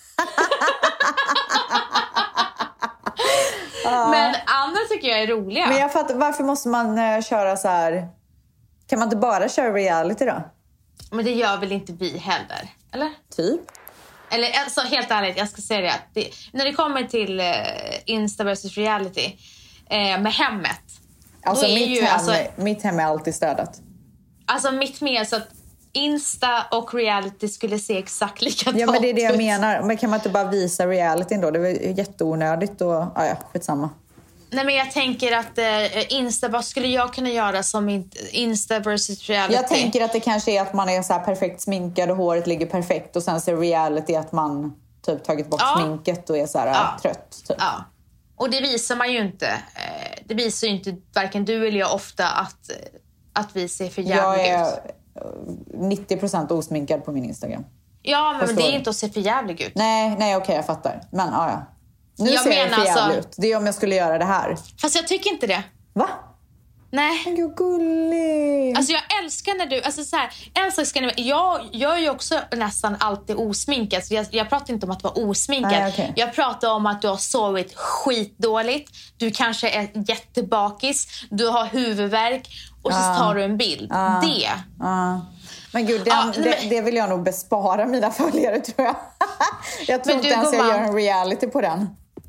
Men andra tycker jag är roliga. Men jag fattar, varför måste man eh, köra så här? Kan man inte bara köra reality då? Men det gör väl inte vi heller, eller? Typ. Eller alltså, helt ärligt, jag ska säga det, att det när det kommer till eh, Insta versus reality eh, med hemmet. Alltså då är mitt, ju, hem, alltså, mitt hem är alltid stödat. alltså mitt med så att Insta och reality skulle se exakt likadant ut. Ja, men det är det jag menar. Men kan man inte bara visa realityn då? Det är väl jätteonödigt och ah, ja, skitsamma. Nej, men jag tänker att eh, Insta, vad skulle jag kunna göra som inte, Insta versus reality? Jag tänker att det kanske är att man är så här perfekt sminkad och håret ligger perfekt och sen så är reality att man typ tagit bort Ja. sminket och är så här Ja. trött typ. Ja. Och det visar man ju inte. Eh, det visar ju inte varken du eller jag ofta att, att vi ser för Jag jävligt är ut. nittio procent osminkad på min Instagram. Ja, men, men Förstår det är du? inte att se för jävligt ut. Nej, nej okej, jag fattar. Men ja, ja. Nu Jag ser jag menar för jävligt alltså- ut. Det är om jag skulle göra det här. Fast jag tycker inte det. Va? Nej. Men gud, gullig. Alltså jag älskar när du, alltså så här, en sak ska ni, jag gör ju också nästan alltid osminkad. Så jag, jag pratar inte om att vara osminkad. Nej, okej. Jag pratar om att du har sovit skitdåligt. Du kanske är jättebakis. Du har huvudvärk. Och så Ja. tar du en bild. Ja. Det. Ja. Men gud, den, Ja, men- det, det vill jag nog bespara mina följare, tror jag. Jag tror Men inte du, ens jag gumman- gör en reality på den.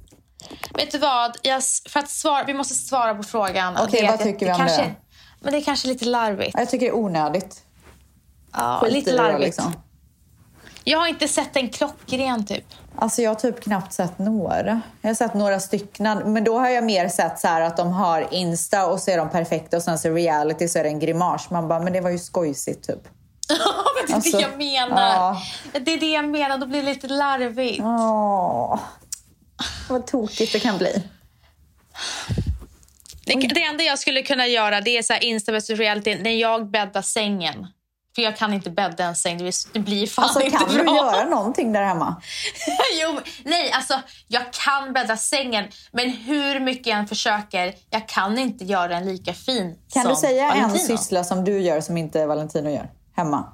Vet du vad? Jag, för att svara, vi måste svara på frågan. Okej, Det är vad att tycker det vi om kanske, det? Men det är kanske lite larvigt. Ja, jag tycker det är onödigt. Ja, Skit i lite det då, larvigt. liksom. Jag har inte sett en klockren typ. Alltså jag har typ knappt sett några. Jag har sett några stycken. Men då har jag mer sett så här att de har Insta och så är de perfekta och sen så reality så är det en grimas. Man bara, men det var ju skojsigt typ. Men det är Alltså, det jag menar. ja. Det är det jag menar. Då blir det lite larvigt. Åh, vad tokigt det kan bli. Det, det enda jag skulle kunna göra det är så här Insta versus reality när jag bäddar sängen. För jag kan inte bädda en säng. Det blir fan Alltså inte kan bra. du göra någonting där hemma? jo, nej, alltså jag kan bädda sängen. Men hur mycket jag än försöker, jag kan inte göra den lika fin Kan som du säga Valentino. en syssla som du gör som inte Valentino gör hemma?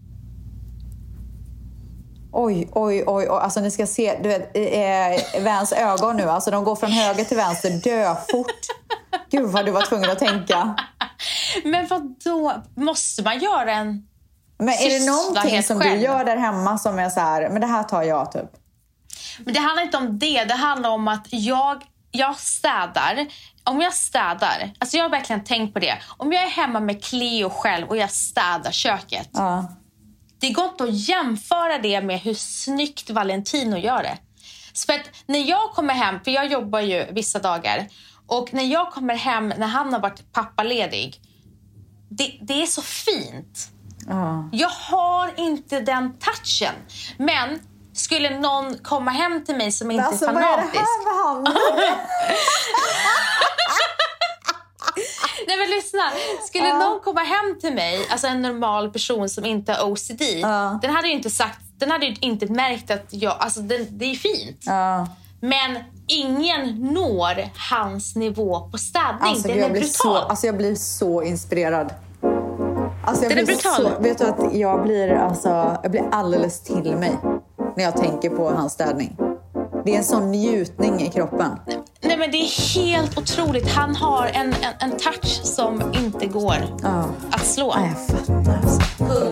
Oj, oj, oj, oj. Alltså ni ska se, du vet, eh, Vans ögon nu. Alltså de går från höger till vänster dö fort. Gud vad du var tvungen att tänka. Men vad då måste man göra en Men är det syssla någonting helt som själv? du gör där hemma som är så här, men det här tar jag typ? Men det handlar inte om det. Det handlar om att jag, jag städar. Om jag städar, alltså jag har verkligen tänkt på det. Om jag är hemma med Cleo själv och jag städar köket. Ja. Det går inte att jämföra det med hur snyggt Valentino gör det. Så för att när jag kommer hem, för jag jobbar ju vissa dagar. Och när jag kommer hem, när han har varit pappaledig. Det, det är så fint. Ja. Jag har inte den touchen. Men skulle någon komma hem till mig som inte Alltså är vad är det fanatisk. här med han? Nej men lyssna, skulle Ja. någon komma hem till mig, alltså en normal person som inte har O C D, Ja. den hade ju inte sagt, den hade ju inte märkt att jag, alltså det, det är fint. Ja. Men ingen når hans nivå på städning. Alltså, den jag är blir brutal. så, alltså jag blir så inspirerad. Alltså jag Den är blir brutal. så, vet du att jag blir, alltså, jag blir alldeles till mig när jag tänker på hans städning. Det är en sån njutning i kroppen. Nej men det är helt otroligt. Han har en, en, en touch som inte går Ja. att slå. Ja, jag fattar alltså.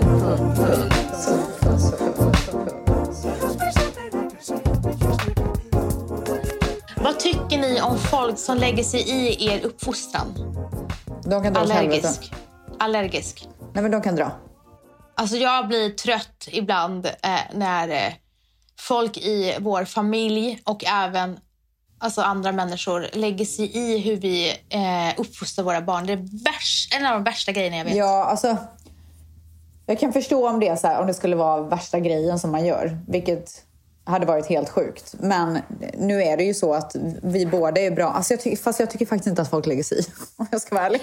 Vad tycker ni om folk som lägger sig i er uppfostran? De kan dra åt helvete. Allergisk. Allergisk. Nej men de kan dra. Alltså jag blir trött ibland eh, när eh, folk i vår familj och även alltså andra människor lägger sig i hur vi eh, uppfostrar våra barn. Det är värst, en av de värsta grejerna jag vet. Ja, alltså. Jag kan förstå om det är så här, om det skulle vara värsta grejen som man gör. Vilket hade varit helt sjukt. Men nu är det ju så att vi båda är bra. Alltså jag ty- fast jag tycker faktiskt inte att folk lägger sig i. Om jag ska vara ärlig.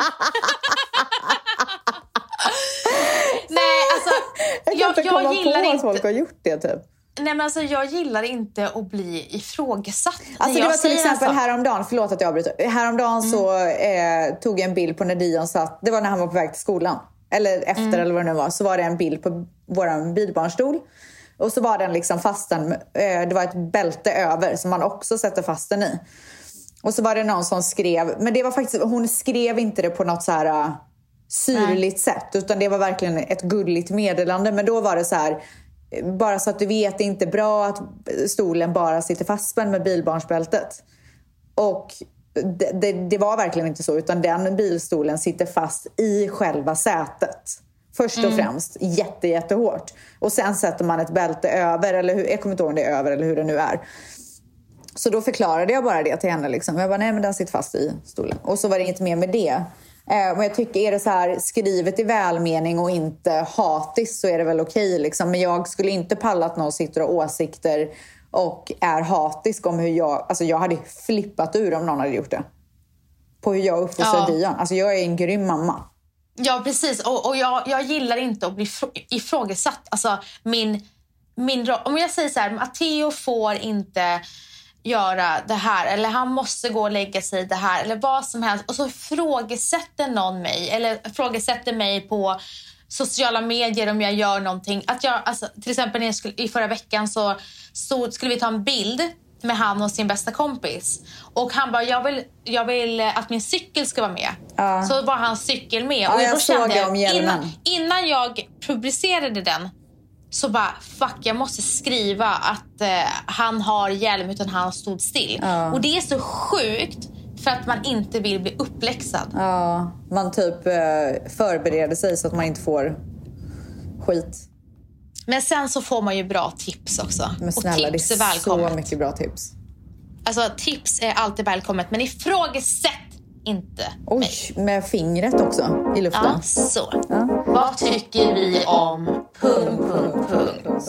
Nej, alltså Jag kan jag, inte jag komma gillar på att inte. folk har gjort det typ. Nej men alltså jag gillar inte att bli ifrågasatt. När Alltså det jag var till säger en exempel sak- häromdagen, förlåt att jag avbryter. Häromdagen Mm. så eh, tog jag en bild på när Dion satt, det var när han var på väg till skolan. Eller efter Mm. eller vad det nu var. Så var det en bild på våran bilbarnstol. Och så var den liksom fasten, eh, det var ett bälte över som man också sätter fast den i. Och så var det någon som skrev, men det var faktiskt, hon skrev inte det på något så här uh, syrligt sätt. Utan det var verkligen ett gulligt meddelande. Men då var det så här, bara så att du vet, det är inte bra att stolen bara sitter fastspänd med bilbarnsbältet. Och det, det, det var verkligen inte så, utan den bilstolen sitter fast i själva sätet. Först och mm. främst, jätte, jättehårt. Och sen sätter man ett bälte över, eller hur, jag kommer inte ihåg om det är över eller hur det nu är. Så då förklarade jag bara det till henne liksom. Jag bara, nej men den sitter fast i stolen. Och så var det inget mer med det. Eh, men jag tycker, är det så här skrivet i välmening och inte hatiskt så är det väl okej liksom. Men jag skulle inte palla att någon sitter och åsikter och är hatisk om hur jag, alltså jag hade flippat ur om någon hade gjort det. På hur jag uppfostrar Ja. Dion. Alltså jag är en grym mamma. Ja, precis. Och, och jag, jag gillar inte att bli ifrågasatt. Alltså, min, min roll. Om jag säger så här, Matteo får inte göra det här. Eller han måste gå och lägga sig i det här. Eller vad som helst. Och så ifrågasätter någon mig. Eller ifrågasätter mig på sociala medier om jag gör någonting. Att jag, alltså, till exempel när jag skulle, i förra veckan så, så skulle vi ta en bild med han och sin bästa kompis. Och han bara, jag vill, jag vill att min cykel ska vara med. Ja. Så var hans cykel med. Ja, och jag då såg kände det om hjälmen. innan, innan jag publicerade den så bara, fuck, jag måste skriva att eh, han har hjälm utan han stod still. Ja. Och det är så sjukt för att man inte vill bli uppläxad. Ja, man typ eh, förbereder sig så att man inte får skit. Men sen så får man ju bra tips också. Men snälla, och tips det är är välkommet. så mycket bra tips. Alltså tips är alltid välkommet. Men ifrågasätt inte Oj, mig. med fingret också i luften. Ja, så. Ja. Vad tycker vi om pung, pung, pung?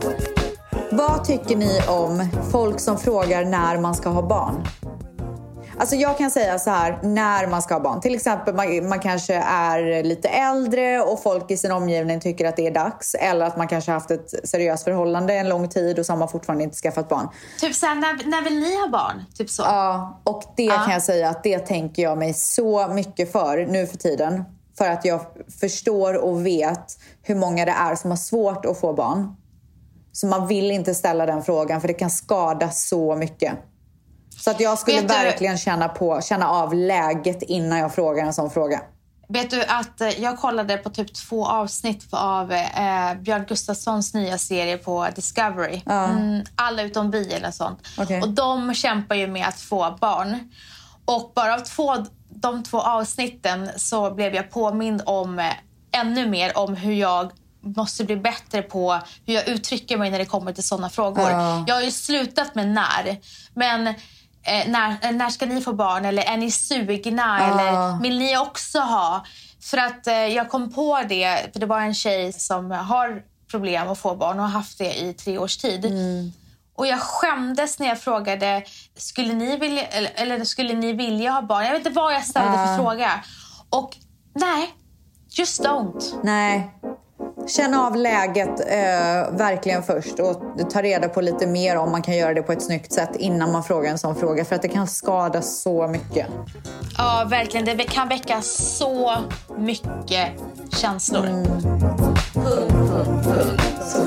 Vad tycker ni om folk som frågar när man ska ha barn? Alltså jag kan säga så här, när man ska ha barn. Till exempel man, man kanske är lite äldre och folk i sin omgivning tycker att det är dags. Eller att man kanske har haft ett seriöst förhållande en lång tid och så har man fortfarande inte skaffat barn. Typ såhär, när, när vill ni ha barn? Typ så. Ja, och det ja. kan jag säga att det tänker jag mig så mycket för nu för tiden. För att jag förstår och vet hur många det är som har svårt att få barn. Så man vill inte ställa den frågan för det kan skada så mycket. Så att jag skulle vet verkligen du, känna, på, känna av läget innan jag frågar en sån fråga. Vet du att jag kollade på typ två avsnitt av eh, Björn Gustafssons nya serie på Discovery. Ja. Mm, alla utom vi eller sånt. Okay. Och de kämpar ju med att få barn. Och bara av två, de två avsnitten så blev jag påmind om eh, ännu mer om hur jag måste bli bättre på hur jag uttrycker mig när det kommer till sådana frågor. Ja. Jag har ju slutat med när. Men eh, när, när ska ni få barn? Eller är ni sugna? Ja. Eller vill ni också ha? För att eh, jag kom på det. För det var en tjej som har problem att få barn och har haft det i tre års tid. Mm. Och jag skämdes när jag frågade, skulle ni vilja, eller, eller skulle ni vilja ha barn? Jag vet inte vad jag ställde Ja. för fråga. Och nej, just don't. Nej. Känn av läget eh, verkligen först och ta reda på lite mer om man kan göra det på ett snyggt sätt innan man frågar en sån fråga. För att det kan skada så mycket. Ja, verkligen. Det kan väcka så mycket känslor. Mm. Punkt, punkt, punkt.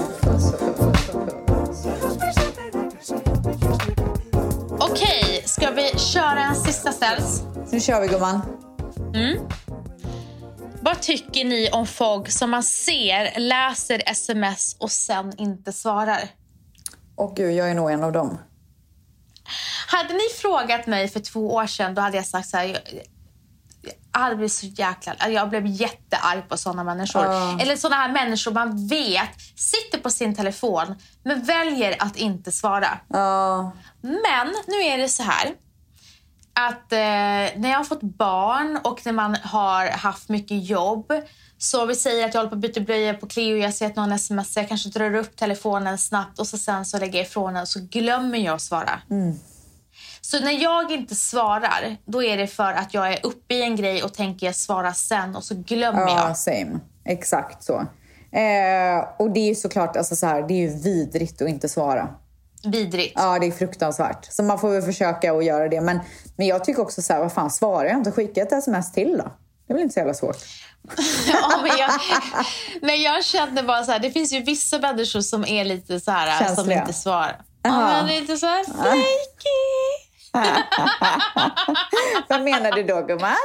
Okej, ska vi köra en sista ställs? Nu kör vi, gumman. Mm. Vad tycker ni om folk som man ser läser sms och sen inte svarar? Åh gud, jag är nog en av dem. Hade ni frågat mig för två år sedan, då hade jag sagt så här... Jag, jag hade blivit så jäkla... Jag blev jättearg på sådana människor. Uh. Eller sådana här människor man vet sitter på sin telefon men väljer att inte svara. Uh. Men nu är det så här... att eh, när jag har fått barn och när man har haft mycket jobb, så vi säger att jag håller på att byta blöja på Cleo och jag ser att någon sms, jag kanske drar upp telefonen snabbt och så sen så lägger jag ifrån den och så glömmer jag att svara. Mm. Så när jag inte svarar, då är det för att jag är uppe i en grej och tänker jag svara sen och så glömmer Ja, jag. same. Exakt så. Eh, och det är ju såklart, alltså så här, det är ju vidrigt att inte svara. Vidrigt. Ja, det är fruktansvärt. Så man får väl försöka att göra det. Men, men jag tycker också så här, vad fan, svarar jag inte? Skicka ett sms till då. Det är väl inte så jävla svårt. Ja, men jag, men jag kände bara så här, det finns ju vissa människor som är lite så här, känsliga. som inte svarar. Aha. Ja, men lite så här flaky. Vad menar du då, gumman?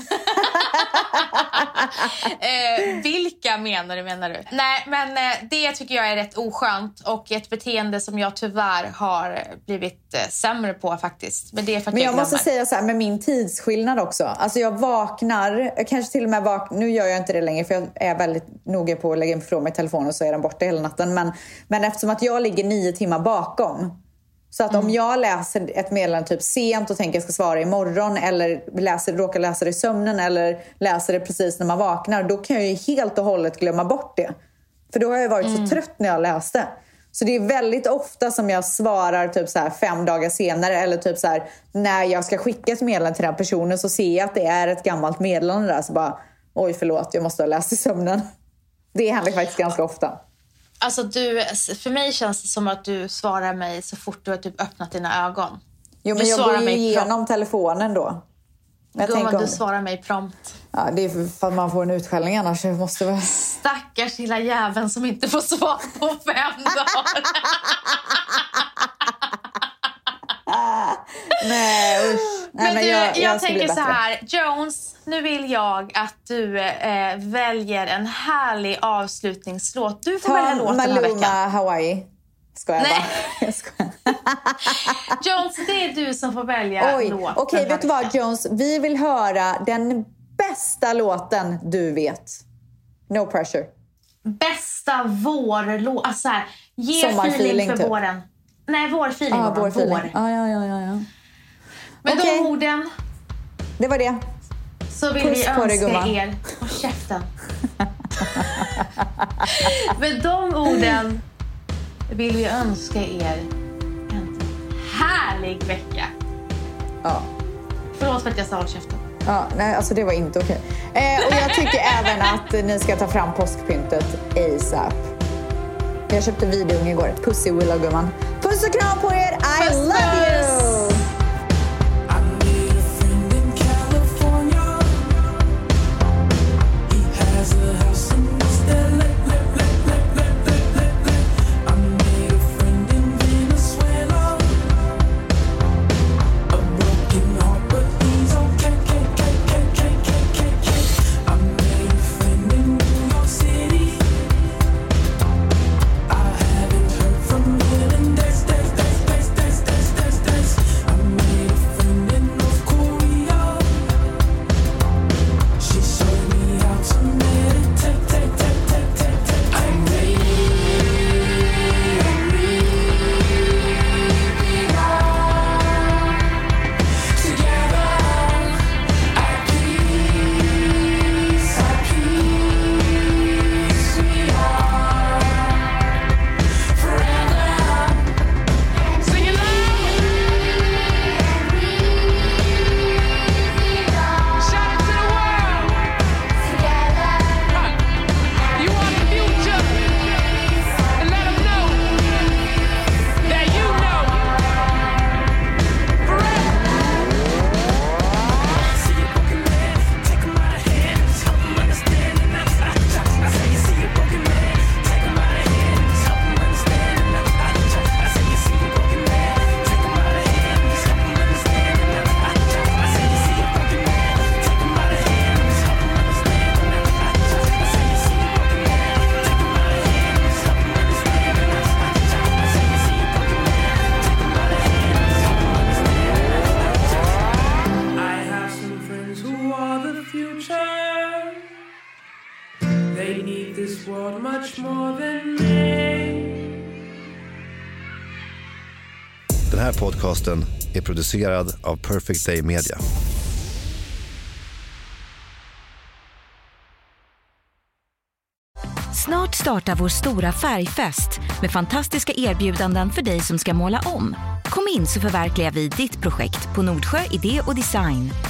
eh, vilka menar du, menar du? Nej, men eh, det tycker jag är rätt oskönt och ett beteende som jag tyvärr har blivit eh, sämre på faktiskt. Men det är för att Men jag, jag glömmer. måste säga så här, med min tidsskillnad också. Alltså jag vaknar, jag kanske till och med vaknar, nu gör jag inte det längre för jag är väldigt noga på att lägga ifrån mig telefonen så är den borta hela natten. Men, men eftersom att jag ligger nio timmar bakom. Så att mm. om jag läser ett meddelande typ sent och tänker jag ska svara imorgon eller läser, råkar läsa det i sömnen eller läser det precis när man vaknar, då kan jag ju helt och hållet glömma bort det. För då har jag varit mm. så trött när jag läste. Så det är väldigt ofta som jag svarar typ så här fem dagar senare eller typ så här när jag ska skicka ett meddelande till den personen så ser jag att det är ett gammalt meddelande där så bara, oj förlåt, jag måste ha läst i sömnen. Det händer faktiskt ganska ofta. Alltså du, för mig känns det som att du svarar mig så fort du har typ öppnat dina ögon. Jo, men du jag går ju igenom telefonen då. Jag Gumman, om... du svarar mig prompt. Ja, det är för att man får en utskällning annars. Jag måste väl... Stackars lilla jäveln som inte får svar på fem dagar. Nej, usch. Nej, men, men du, jag, jag, jag tänker så här, Jones, nu vill jag att du eh, väljer en härlig avslutningslåt. Du får Ta välja låten den här veckan. Maluma Hawaii. Ska jag bara? Jag skojar. Jones, det är du som får välja Oj, låten. Okej, vet du vad Jones? Vi vill höra den bästa låten du vet. No pressure. Bästa vårlåt. Alltså här, ge feeling för typ. Våren. Nej, vårfeeling. Ah, vår. vår. Ah, ja, ja, ja, ja. Med okay. de orden. Det var det. Så vill Puss vi på önska dig, er. Och käften. Med de orden vill vi önska er en härlig vecka. Ja, Förlåt för att jag sa håll käften. Ja, nej, alltså det var inte okej. Eh, och jag tycker även att ni ska ta fram påskpyntet ASAP. Jag köpte videon igår. Pussy Willow gumman. Puss och kram på er. I Puss, love you! Den här podcasten är producerad av Perfect Day Media. Snart startar vår stora färgfest med fantastiska erbjudanden för dig som ska måla om. Kom in så förverkligar vi ditt projekt på Nordsjö Idé och Design.